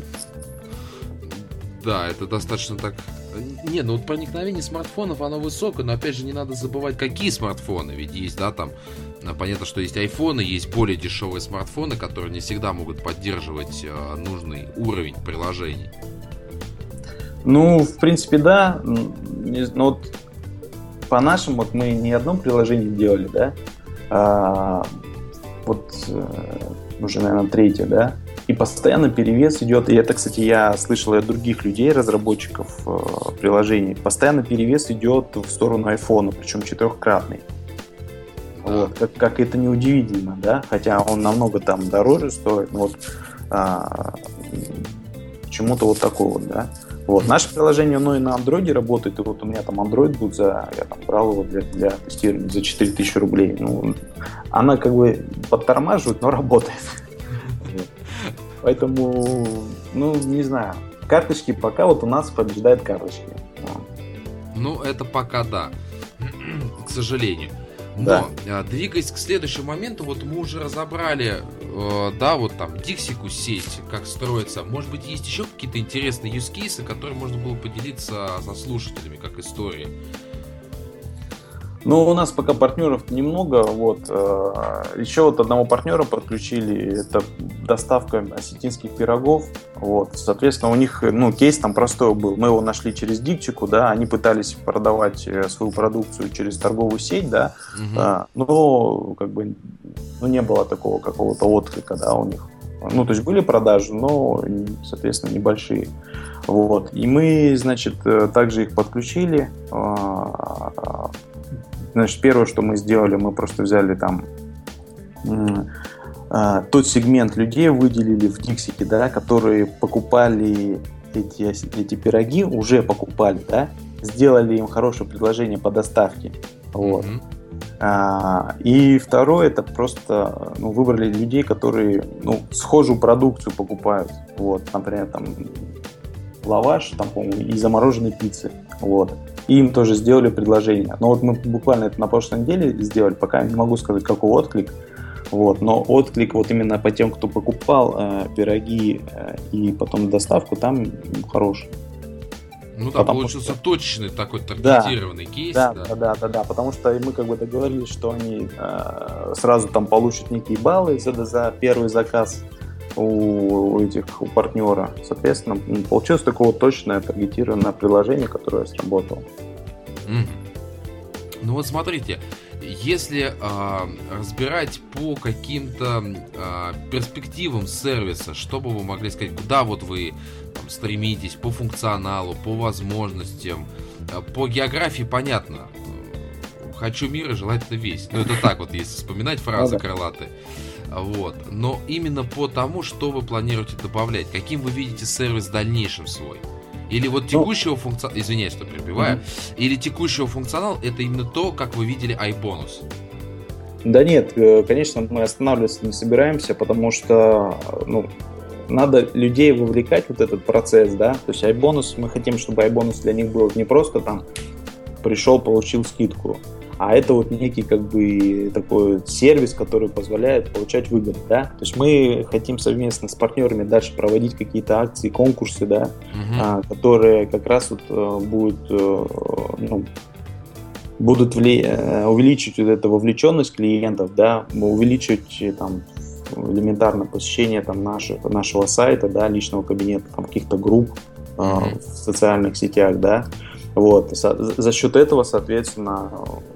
Да, это достаточно так... Не, ну вот проникновение смартфонов, оно высокое, но опять же не надо забывать, какие смартфоны. Ведь есть, да, там, понятно, что есть айфоны, есть более дешевые смартфоны, которые не всегда могут поддерживать нужный уровень приложений. Ну, в принципе, да. Но вот по нашим, мы не одно приложение делали, да, уже, наверное, третье, да, и постоянно перевес идет, и это, кстати, я слышал от других людей, разработчиков приложений, постоянно перевес идет в сторону айфона, причем 4-кратный. Вот, как это неудивительно, да, хотя он намного там дороже стоит, но почему-то вот такой вот, да. Вот, наше приложение, оно и на андроиде работает, и вот у меня там Android будет я там брал его для тестирования за 4000 рублей. Ну, она как бы подтормаживает, но работает. Поэтому, не знаю, карточки пока у нас побеждают карточки. Ну, это пока да, к сожалению. Но, двигаясь к следующему моменту, мы уже разобрали, там, Dixie сеть, как строится. Может быть, есть еще какие-то интересные use cases, которые можно было поделиться со слушателями, как истории? Ну, у нас пока партнеров немного. Еще одного партнера подключили. Это доставка осетинских пирогов. Соответственно, у них, кейс там простой был. Мы его нашли через Дикчику, да. Они пытались продавать свою продукцию через торговую сеть, да. Но, не было такого какого-то отклика, да, у них. То есть были продажи, но, соответственно, небольшие. И мы, также их подключили. Первое, что мы сделали, мы просто взяли там тот сегмент людей, выделили в Dixie, да, которые покупали эти пироги, уже покупали, да, сделали им хорошее предложение по доставке. И второе, это просто выбрали людей, которые схожую продукцию покупают. Например, там лаваш, там, по-моему, и замороженные пиццы. И им тоже сделали предложение. Но мы буквально это на прошлой неделе сделали, пока не могу сказать, какой отклик. Но отклик именно по тем, кто покупал пироги и потом доставку, там хороший. Получился точечный такой таргетированный кейс. Да, потому что мы договорились, что они сразу там получат некие баллы за первый заказ у партнера. Соответственно, получилось такое точное таргетированное приложение, которое сработало. Смотрите, если разбирать по каким-то перспективам сервиса, что бы вы могли сказать, куда вы там стремитесь по функционалу, по возможностям, по географии понятно. Хочу мира, желательно весь. Это так если вспоминать фразы крылатые. Но именно по тому, что вы планируете добавлять, каким вы видите сервис в дальнейшем свой. Или текущего функционала, извиняюсь, что перебиваю, или текущего функционала, это именно то, как вы видели iBonus? Да нет, конечно, мы останавливаться не собираемся, потому что надо людей вовлекать в этот процесс, да, то есть iBonus, мы хотим, чтобы iBonus для них был не просто там пришел, получил скидку, а это вот некий как бы такой сервис, который позволяет получать выгоду, да. То есть мы хотим совместно с партнерами дальше проводить какие-то акции, конкурсы, да, которые как раз вот будут увеличить вот эту вовлеченность клиентов, да, увеличить там элементарно посещение там нашего сайта, да, личного кабинета, там каких-то групп в социальных сетях, да. Вот. За счет этого, соответственно,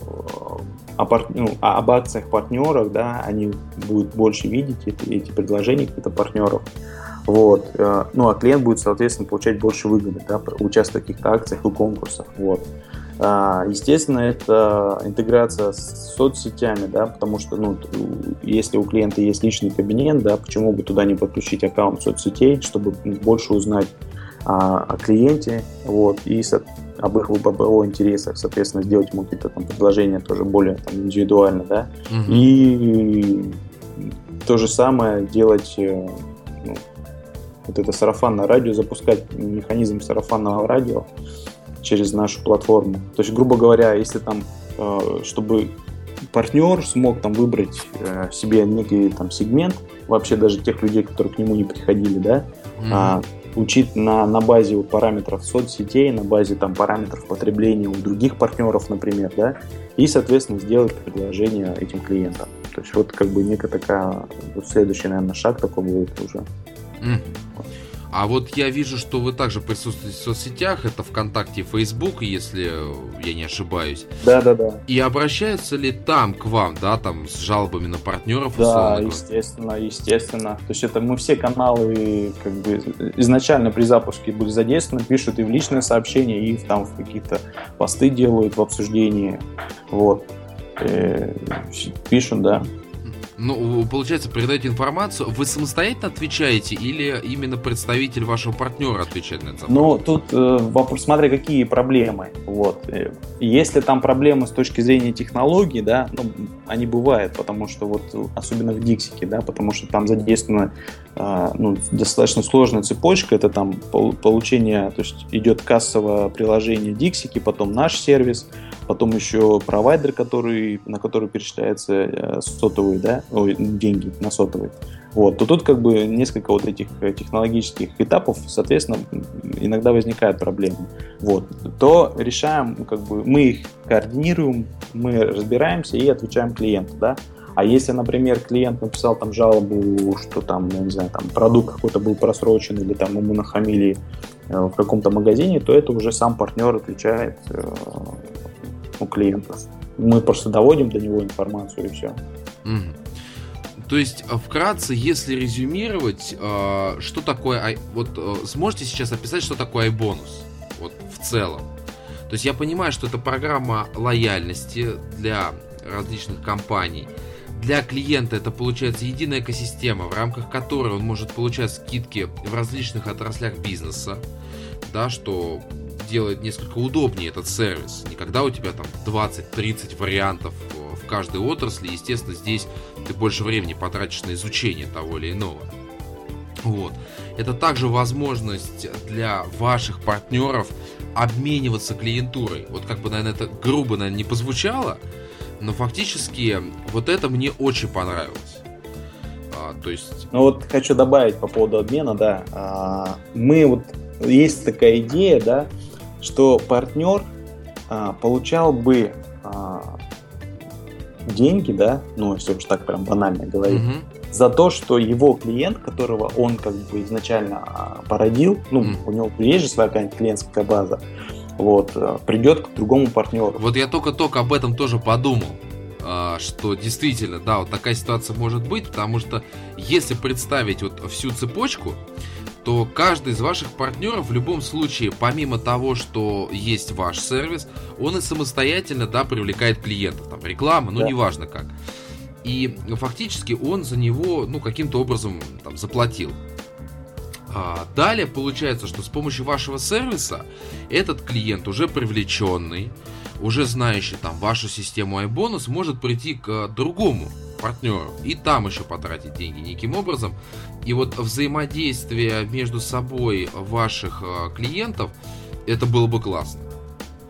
об акциях партнеров, да, они будут больше видеть эти предложения каких-то партнеров. Вот. Ну, а клиент будет, соответственно, получать больше выгоды, да, участвовать в каких-то акциях и конкурсах. Вот. Естественно, это интеграция с соцсетями, да, потому что, ну, если у клиента есть личный кабинет, да, почему бы туда не подключить аккаунт соцсетей, чтобы больше узнать о клиенте, вот, и об их его интересах, соответственно, сделать ему какие-то там предложения тоже более там индивидуально, да, и то же самое делать, вот это сарафанное радио, запускать механизм сарафанного радио через нашу платформу. То есть, грубо говоря, если там, чтобы партнер смог там выбрать себе некий там сегмент, вообще даже тех людей, которые к нему не приходили, да, учить на базе параметров соцсетей, на базе там параметров потребления у других партнеров, например, да, и, соответственно, сделать предложение этим клиентам. То есть вот как бы некая такая, вот следующий, наверное, шаг такой будет уже. А вот я вижу, что вы также присутствуете в соцсетях, это ВКонтакте и Facebook, если я не ошибаюсь. Да. И обращаются ли там к вам, да, там с жалобами на партнеров? Да, естественно. То есть это мы все каналы как бы изначально при запуске были задействованы, пишут и в личные сообщения, и там в какие-то посты делают в обсуждении. Вот. Пишут, да. Ну, получается, передаете информацию, вы самостоятельно отвечаете или именно представитель вашего партнера отвечает на это? Ну, тут вопрос, смотря какие проблемы. Вот. Если там проблемы с точки зрения технологий, да, ну, они бывают, потому что вот, особенно в Диксике, да, потому что там задействована достаточно сложная цепочка, это там получение, то есть идет кассовое приложение Диксики, потом наш сервис, потом еще провайдер, на который перечисляются сотовые, да, деньги на сотовые. Вот. То тут как бы несколько вот этих технологических этапов, соответственно, иногда возникают проблемы. Вот. То решаем, как бы мы их координируем, мы разбираемся и отвечаем клиенту, да. А если, например, клиент написал там жалобу, что там, я не знаю, там продукт какой-то был просрочен или там ему нахамили в каком-то магазине, то это уже сам партнер отвечает у клиента. Мы просто доводим до него информацию и все. То есть, вкратце, если резюмировать, что такое, вот сможете сейчас описать, что такое iBonus, вот в целом? То есть я понимаю, что это программа лояльности для различных компаний. Для клиента это получается единая экосистема, в рамках которой он может получать скидки в различных отраслях бизнеса, да, что делает несколько удобнее этот сервис. Не когда у тебя там 20-30 вариантов в каждой отрасли, естественно, здесь ты больше времени потратишь на изучение того или иного. Вот. Это также возможность для ваших партнеров обмениваться клиентурой. Вот как бы, наверное, это грубо, наверное, не позвучало, но фактически вот это мне очень понравилось. То есть... Ну вот хочу добавить по поводу обмена, да. Мы вот, есть такая идея, да, что партнер получал бы деньги, да, ну если уж так прям банально говорить, за то, что его клиент, которого он как бы изначально породил, ну, у него есть же своя какая-нибудь клиентская база, вот, придет к другому партнеру. Вот я только об этом тоже подумал, что действительно, да, вот такая ситуация может быть, потому что если представить вот всю цепочку, то каждый из ваших партнеров в любом случае, помимо того, что есть ваш сервис, он и самостоятельно, да, привлекает клиентов, там, реклама, ну, неважно как. И фактически он за него, ну, каким-то образом там заплатил. Далее получается, что с помощью вашего сервиса этот клиент, уже привлеченный, уже знающий там вашу систему iBonus, может прийти к другому партнеру и там еще потратить деньги неким образом. И вот взаимодействие между собой ваших клиентов, это было бы классно.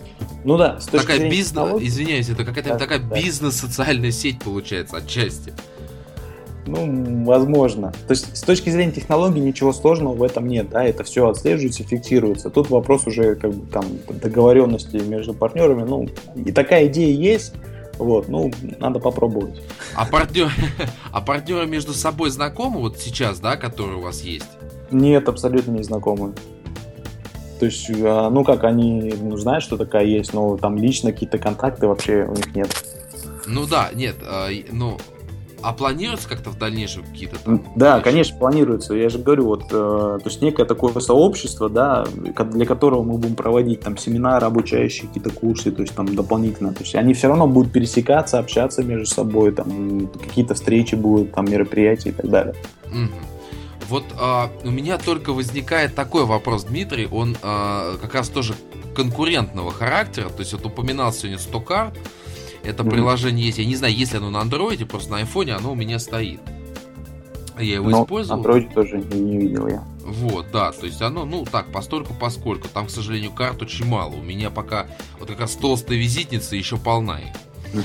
Ну да, с точки такая зрения технологий... Извиняюсь, это какая-то такая бизнес-социальная сеть получается отчасти. Ну, возможно. То есть с точки зрения технологий ничего сложного в этом нет, да, это все отслеживается, фиксируется. Тут вопрос уже как бы там договоренности между партнерами, ну, и такая идея есть, вот, ну, надо попробовать. А партнеры между собой знакомы вот сейчас, да, которые у вас есть? Нет, абсолютно не знакомы. То есть, ну как, они знают, что такая есть, но там лично какие-то контакты вообще у них нет. Ну да, нет, ну... А планируется как-то в дальнейшем какие-то там? Да, конечно, планируется. Я же говорю, вот, то есть некое такое сообщество, да, для которого мы будем проводить там семинары, обучающие какие-то курсы, то есть там дополнительно. То есть они все равно будут пересекаться, общаться между собой, там какие-то встречи будут, там мероприятия и так далее. Вот у меня только возникает такой вопрос, Дмитрий, он как раз тоже конкурентного характера, то есть вот упоминал сегодня Stockart. Это приложение есть, я не знаю, есть ли оно на андроиде, просто на айфоне оно у меня стоит. Я его использовал. На андроиде тоже не видел я. Вот, да, то есть оно, ну так, постольку-поскольку. Там, к сожалению, карт очень мало. У меня пока вот как раз толстая визитница еще полна их.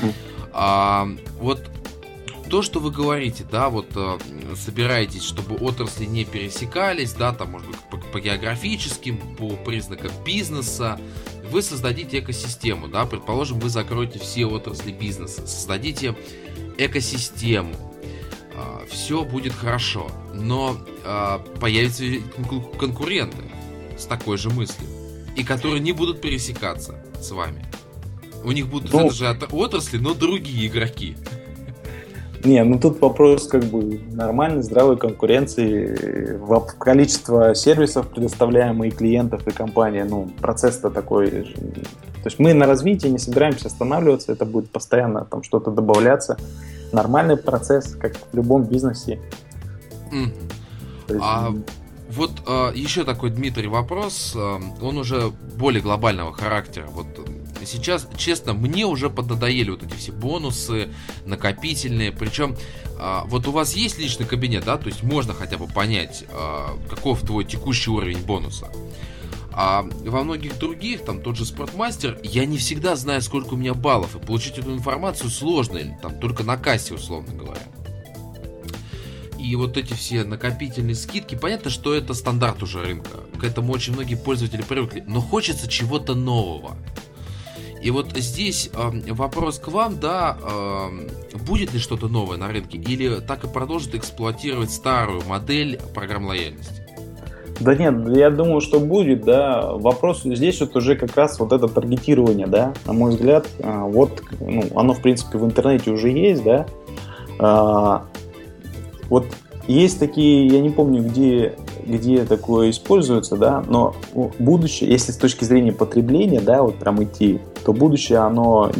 Вот то, что вы говорите, да, вот собираетесь, чтобы отрасли не пересекались, да, там, может быть, по географическим, по признакам бизнеса, вы создадите экосистему, да, предположим, вы закроете все отрасли бизнеса, создадите экосистему, все будет хорошо, но появятся конкуренты с такой же мыслью, и которые не будут пересекаться с вами. У них будут это же отрасли, но другие игроки. Не, ну тут вопрос как бы нормальной, здравой конкуренции. Количество сервисов, предоставляемых клиентов и компания, ну, процесс-то такой. То есть мы на развитии не собираемся останавливаться, это будет постоянно там что-то добавляться. Нормальный процесс, как в любом бизнесе. Есть... Вот еще такой, Дмитрий, вопрос, он уже более глобального характера. Вот сейчас, честно, мне уже поднадоели вот эти все бонусы, накопительные. Причем, вот у вас есть личный кабинет, да? То есть можно хотя бы понять, каков твой текущий уровень бонуса. А во многих других, там тот же Спортмастер, я не всегда знаю, сколько у меня баллов. И получить эту информацию сложно, или там только на кассе, условно говоря. И вот эти все накопительные скидки, понятно, что это стандарт уже рынка. К этому очень многие пользователи привыкли. Но хочется чего-то нового. И вот здесь вопрос к вам, да, будет ли что-то новое на рынке? Или так и продолжит эксплуатировать старую модель программ лояльности? Да нет, я думаю, что будет, да. Вопрос здесь вот уже как раз вот это таргетирование, да, на мой взгляд. Вот, ну, оно, в принципе, в интернете уже есть, да. Вот есть такие, я не помню, где такое используется, да, но будущее, если с точки зрения потребления, да, вот прям идти, то будущее, оно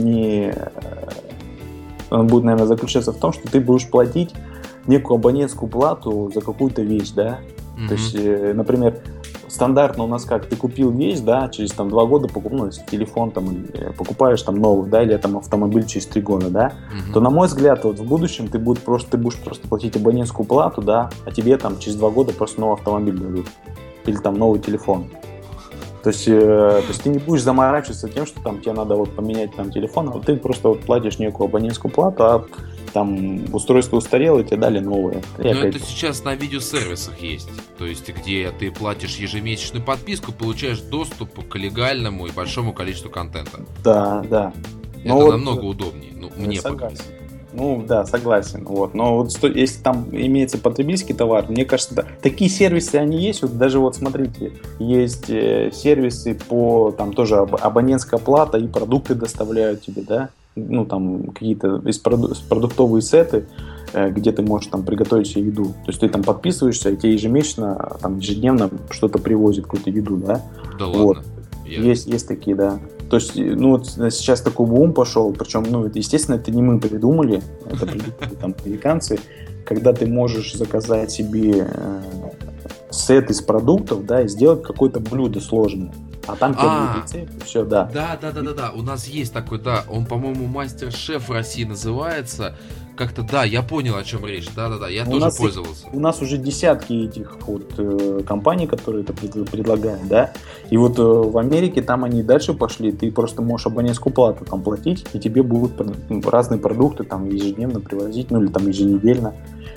будет, наверное, заключаться в том, что ты будешь платить некую абонентскую плату за какую-то вещь, да. То есть, например, стандартно у нас как, ты купил вещь, да, через там 2 года телефон там, покупаешь там новый, да, или там автомобиль через 3 года, да, то, на мой взгляд, вот в будущем ты будешь просто платить абонентскую плату, да, а тебе там через 2 года просто новый автомобиль дадут. Или там новый телефон. То есть ты не будешь заморачиваться тем, что там тебе надо вот поменять там телефон, а ты просто вот платишь некую абонентскую плату, а там устройство устарело, и тебе дали новое. Но это сейчас на видеосервисах есть. То есть, где ты платишь ежемесячную подписку, получаешь доступ к легальному и большому количеству контента. Да. Это вот намного удобнее. Ну, мне согласен. Ну, да, согласен. Вот. Но вот если там имеется потребительский товар, мне кажется, да, такие сервисы, они есть. Вот даже вот смотрите, есть сервисы по, там тоже абонентская плата, и продукты доставляют тебе, да, ну, там какие-то продуктовые сеты, где ты можешь там приготовить себе еду. То есть ты там подписываешься, и тебе ежемесячно, там ежедневно что-то привозит, какую-то еду, да? Да вот. Ладно? Есть такие, да. То есть, ну, вот сейчас такой бум пошел, причем, ну, это, естественно, это не мы придумали, это придумали там американцы, когда ты можешь заказать себе сет из продуктов, да, и сделать какое-то блюдо сложное. А там тебе будет рецепт, все, да. Да. У нас есть такой, да, он, по-моему, мастер-шеф в России называется, как-то, да, я понял, о чем речь. Да, я тоже пользовался. У нас уже десятки этих вот компаний, которые это предлагают, да. И вот в Америке там они дальше пошли. Ты просто можешь абонентскую плату там платить, и тебе будут разные продукты там ежедневно привозить, ну или там еженедельно.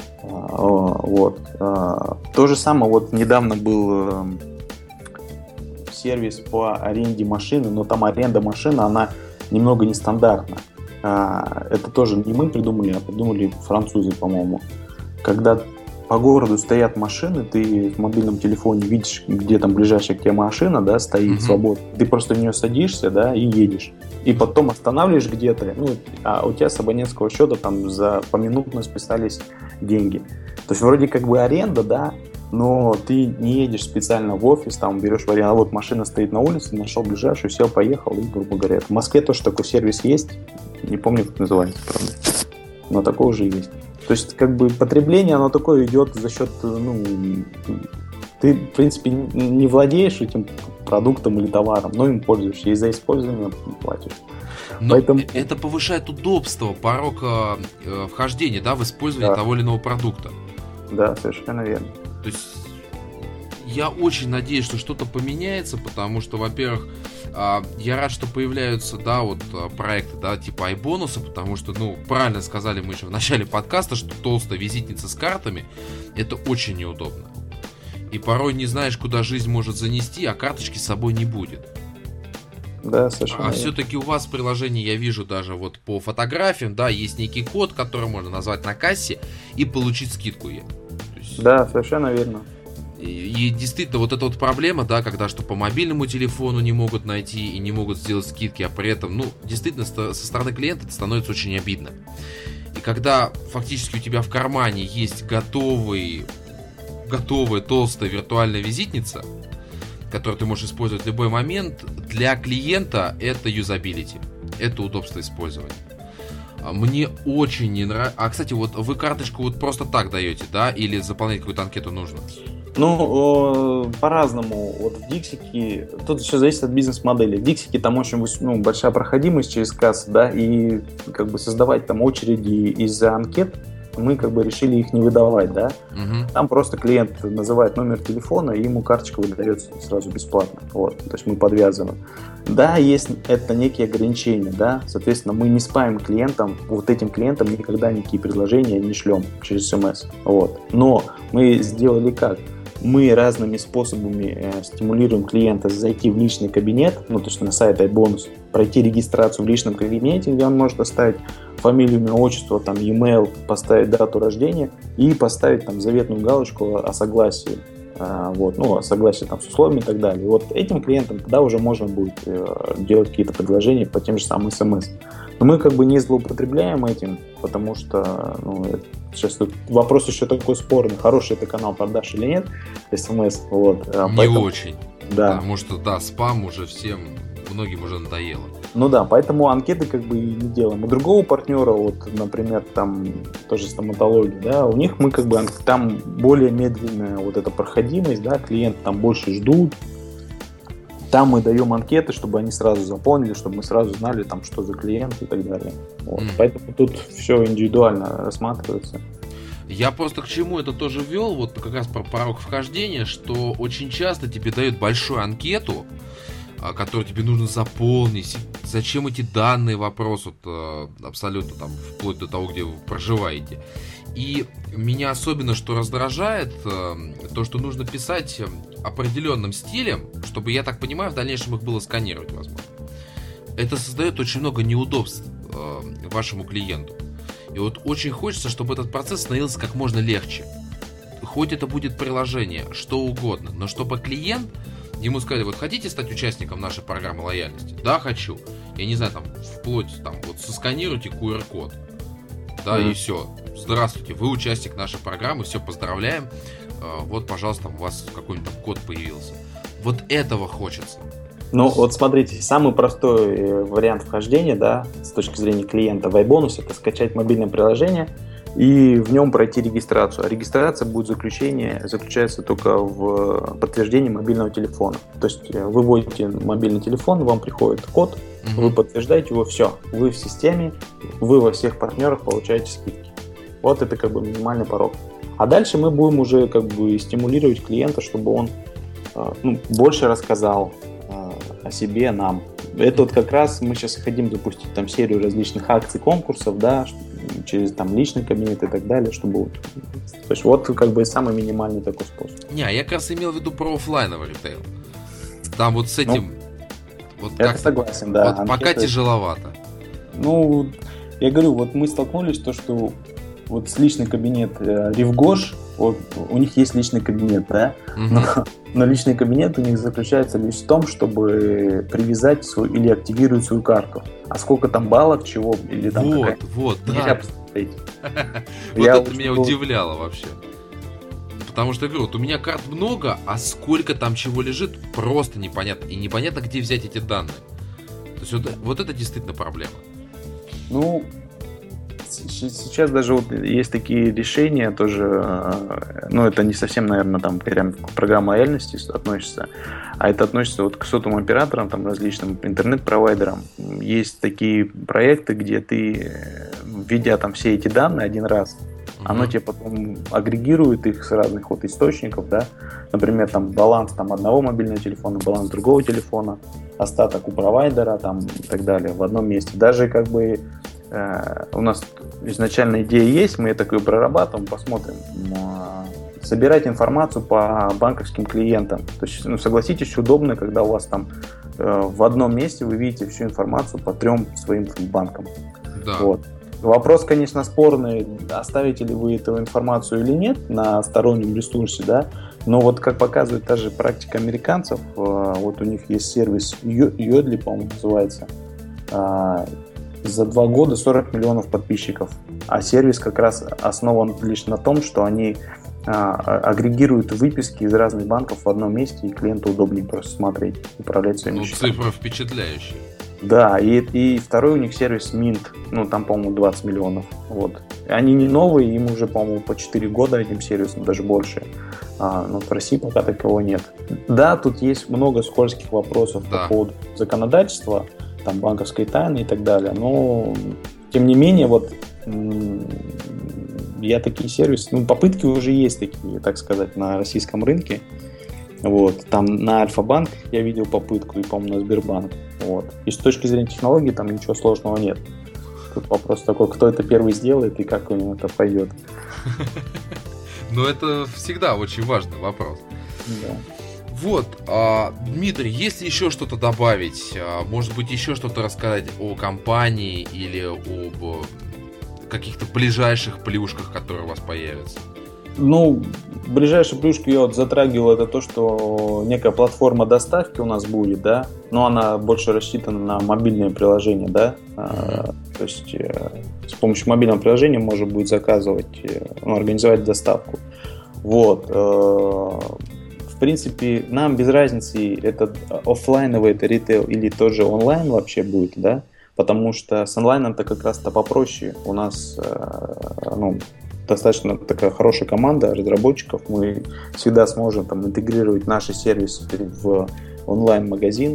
Вот. То же самое, вот недавно был сервис по аренде машины, но там аренда машины, она немного нестандартна. Это тоже не мы придумали, а придумали французы, по-моему. Когда по городу стоят машины, ты в мобильном телефоне видишь, где там ближайшая к тебе машина, да, стоит свободно. Ты просто в нее садишься, да, и едешь. И потом останавливаешь где-то, ну, а у тебя с абонентского счета там за поминутно списались деньги. То есть вроде как бы аренда, да, но ты не едешь специально в офис, там берешь вариант, а вот машина стоит на улице, нашел ближайшую, сел, поехал, и, грубо говоря. В Москве тоже такой сервис есть, не помню, как называется, правда, но такой уже есть. То есть, как бы, потребление, оно такое идет за счет, ну, ты, в принципе, не владеешь этим продуктом или товаром, но им пользуешься, и за использование платишь. Но поэтому... это повышает удобство, порог вхождения, да, в использование того или иного продукта. Да, совершенно верно. То есть я очень надеюсь, что что-то поменяется, потому что, во-первых, я рад, что появляются, да, вот проекты, да, типа iBonus, потому что, ну, правильно сказали мы еще в начале подкаста, что толстая визитница с картами — это очень неудобно. И порой не знаешь, куда жизнь может занести, а карточки с собой не будет. Да, совершенно. А все-таки у вас в приложении, я вижу даже вот по фотографиям, да, есть некий код, который можно назвать на кассе и получить скидку. Да, совершенно верно. И действительно, вот эта вот проблема, да, когда что по мобильному телефону не могут найти и не могут сделать скидки, а при этом, ну, действительно, со стороны клиента это становится очень обидно. И когда фактически у тебя в кармане есть готовая толстая виртуальная визитница, которую ты можешь использовать в любой момент, для клиента это юзабилити, это удобство использования. Мне очень не нравится. А, кстати, вот вы карточку вот просто так даете, да? Или заполнять какую-то анкету нужно? Ну, по-разному. Вот в Диксике, тут все зависит от бизнес-модели. В Диксике там очень большая проходимость через кассу, да, и как бы создавать там очереди из-за анкет мы как бы решили их не выдавать, да. Там просто клиент называет номер телефона, и ему карточка выдается сразу бесплатно. Вот, то есть мы подвязываем. Да, есть это некие ограничения, да, соответственно, мы не спамим клиентам, вот этим клиентам никогда никакие предложения не шлем через смс. Вот. Но мы сделали как? Мы разными способами стимулируем клиента зайти в личный кабинет, ну, то есть на сайт iBonus, пройти регистрацию в личном кабинете, где он может оставить фамилию, имя, отчество, там, e-mail, поставить дату рождения и поставить там заветную галочку о согласии. Вот, ну, о согласии там с условиями и так далее. И вот этим клиентам тогда уже можно будет делать какие-то предложения по тем же самым смс. Но мы как бы не злоупотребляем этим, потому что, ну, сейчас тут вопрос еще такой спорный, хороший это канал продаж или нет, смс. Вот, не поэтому, очень. Да. Потому что, да, спам уже многим уже надоело. Ну да, поэтому анкеты как бы и не делаем. У другого партнера, вот, например, там тоже стоматология, да, у них мы как бы там более медленная вот эта проходимость, да, клиенты там больше ждут. Там мы даем анкеты, чтобы они сразу заполнили, чтобы мы сразу знали, там, что за клиент и так далее. Вот. Поэтому тут все индивидуально рассматривается. Я просто к чему это тоже ввел, вот как раз про порог вхождения, что очень часто тебе дают большую анкету, которую тебе нужно заполнить. Зачем эти данные, вопрос вот, абсолютно там вплоть до того, где вы проживаете. И меня особенно что раздражает, то, что нужно писать определенным стилем, чтобы, я так понимаю, в дальнейшем их было сканировать возможно. Это создает очень много неудобств вашему клиенту. И вот очень хочется, чтобы этот процесс становился как можно легче. Хоть это будет приложение, что угодно, но чтобы клиент, ему сказали, вот хотите стать участником нашей программы лояльности? Да, хочу. Я не знаю, там, вплоть, там, вот сосканируйте QR-код. Да, и все. Здравствуйте, вы участник нашей программы, все, поздравляем. Вот, пожалуйста, у вас какой-нибудь там код появился. Вот этого хочется. Ну, вот смотрите, самый простой вариант вхождения, да, с точки зрения клиента в iBonus, это скачать мобильное приложение и в нем пройти регистрацию. А регистрация будет заключается только в подтверждении мобильного телефона. То есть вы вводите мобильный телефон, вам приходит код, вы подтверждаете его, все, вы в системе, вы во всех партнерах получаете скидки. Вот это как бы минимальный порог. А дальше мы будем уже как бы стимулировать клиента, чтобы он больше рассказал о себе нам. Это вот как раз мы сейчас хотим запустить там серию различных акций, конкурсов, да, через там личный кабинет и так далее, чтобы то есть вот как бы самый минимальный такой способ. Не, я как раз имел в виду про офлайновый ритейл. Там вот с этим вот я согласен, да. Вот пока тяжеловато. Ну, я говорю, вот мы столкнулись то, что вот с личный кабинет Ревгош, вот, у них есть личный кабинет, да, но личный кабинет у них заключается лишь в том, чтобы привязать свою или активировать свою карту. А сколько там баллов, чего, или там вот, нельзя да. посмотреть. Вот это меня удивляло вообще. Потому что, я говорю, вот у меня карт много, а сколько там чего лежит, просто непонятно. И непонятно, где взять эти данные. То есть вот это действительно проблема. Ну, сейчас даже вот есть такие решения тоже, ну, это не совсем, наверное, там прям к программе лояльности относится, а это относится вот к сотовым операторам, там, различным интернет-провайдерам. Есть такие проекты, где ты, введя там все эти данные один раз, оно тебе потом агрегирует их с разных вот источников, да, например, там баланс там одного мобильного телефона, баланс другого телефона, остаток у провайдера там и так далее в одном месте. Даже как бы у нас изначально идея есть, мы такую прорабатываем, посмотрим. Собирать информацию по банковским клиентам. То есть, согласитесь, удобно, когда у вас там в одном месте вы видите всю информацию по 3 своим банкам. Да. Вот. Вопрос, конечно, спорный, оставите ли вы эту информацию или нет на стороннем ресурсе, да, но вот как показывает та же практика американцев, вот у них есть сервис Yodlee, по-моему, называется, за 2 года 40 миллионов подписчиков, а сервис как раз основан лишь на том, что они агрегируют выписки из разных банков в одном месте, и клиенту удобнее просто смотреть, управлять своими счетами. Цифры впечатляющие. Да, и второй у них сервис Mint, ну там, по-моему, 20 миллионов. Вот. Они не новые, им уже, по-моему, по 4 года этим сервисом, даже больше. Но в России пока такого нет. Да, тут есть много скользких вопросов по поводу законодательства, там, банковской тайны и так далее, но тем не менее, вот я такие сервисы, попытки уже есть такие, так сказать, на российском рынке. Вот. Там на Альфа-банк я видел попытку, и, по-моему, на Сбербанк. Вот. И с точки зрения технологий там ничего сложного нет. Тут вопрос такой, кто это первый сделает и как у него это пойдет. Ну, это всегда очень важный вопрос. Да. Вот, Дмитрий, если еще что-то добавить, может быть, еще что-то рассказать о компании или об каких-то ближайших плюшках, которые у вас появятся? Ну, ближайшие плюшки я вот затрагивал, это то, что некая платформа доставки у нас будет, да, но она больше рассчитана на мобильное приложение, да, то есть с помощью мобильного приложения можно будет заказывать, организовать доставку. Вот, в принципе, нам без разницы, это офлайновый это ритейл или тоже онлайн вообще будет, да, потому что с онлайном-то как раз-то попроще. У нас, достаточно такая хорошая команда разработчиков, мы всегда сможем там интегрировать наши сервисы в онлайн-магазин,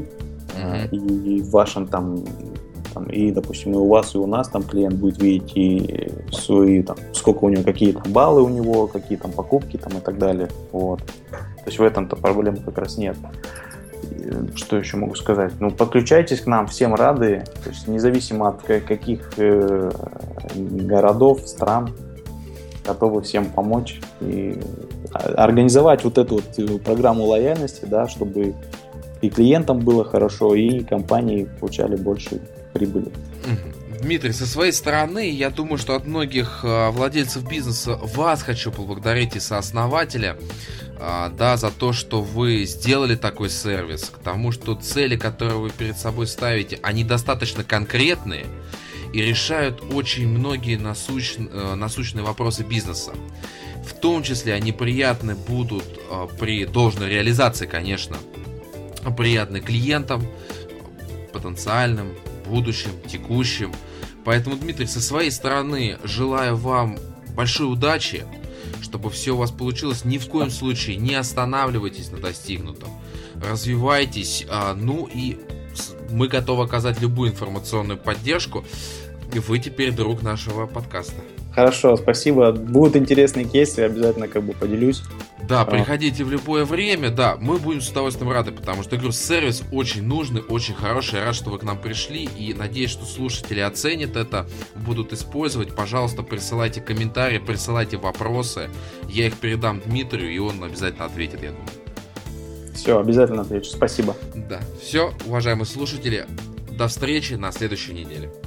и в вашем там, и, допустим, и у вас, и у нас там клиент будет видеть и свои, там, сколько у него, какие там баллы у него, какие там покупки там и так далее. Вот. То есть в этом-то проблем как раз нет. Что еще могу сказать? Подключайтесь к нам, всем рады, то есть независимо от каких городов, стран, готовы всем помочь и организовать вот эту вот программу лояльности, да, чтобы и клиентам было хорошо, и компании получали больше прибыли. Дмитрий, со своей стороны, я думаю, что от многих владельцев бизнеса вас хочу поблагодарить и сооснователя, да, за то, что вы сделали такой сервис, к тому, что цели, которые вы перед собой ставите, они достаточно конкретные и решают очень многие насущные вопросы бизнеса. В том числе они приятны будут при должной реализации, конечно, приятны клиентам, потенциальным, будущим, текущим. Поэтому, Дмитрий, со своей стороны желаю вам большой удачи, чтобы все у вас получилось. Ни в коем случае не останавливайтесь на достигнутом. Развивайтесь. Ну и мы готовы оказать любую информационную поддержку. Вы теперь друг нашего подкаста. Хорошо, спасибо. Будут интересные кейсы, обязательно поделюсь. Да, приходите в любое время, да, мы будем с удовольствием рады, потому что, я говорю, сервис очень нужный, очень хороший, я рад, что вы к нам пришли, и надеюсь, что слушатели оценят это, будут использовать. Пожалуйста, присылайте комментарии, присылайте вопросы, я их передам Дмитрию, и он обязательно ответит, я думаю. Все, обязательно отвечу, спасибо. Да, все, уважаемые слушатели, до встречи на следующей неделе.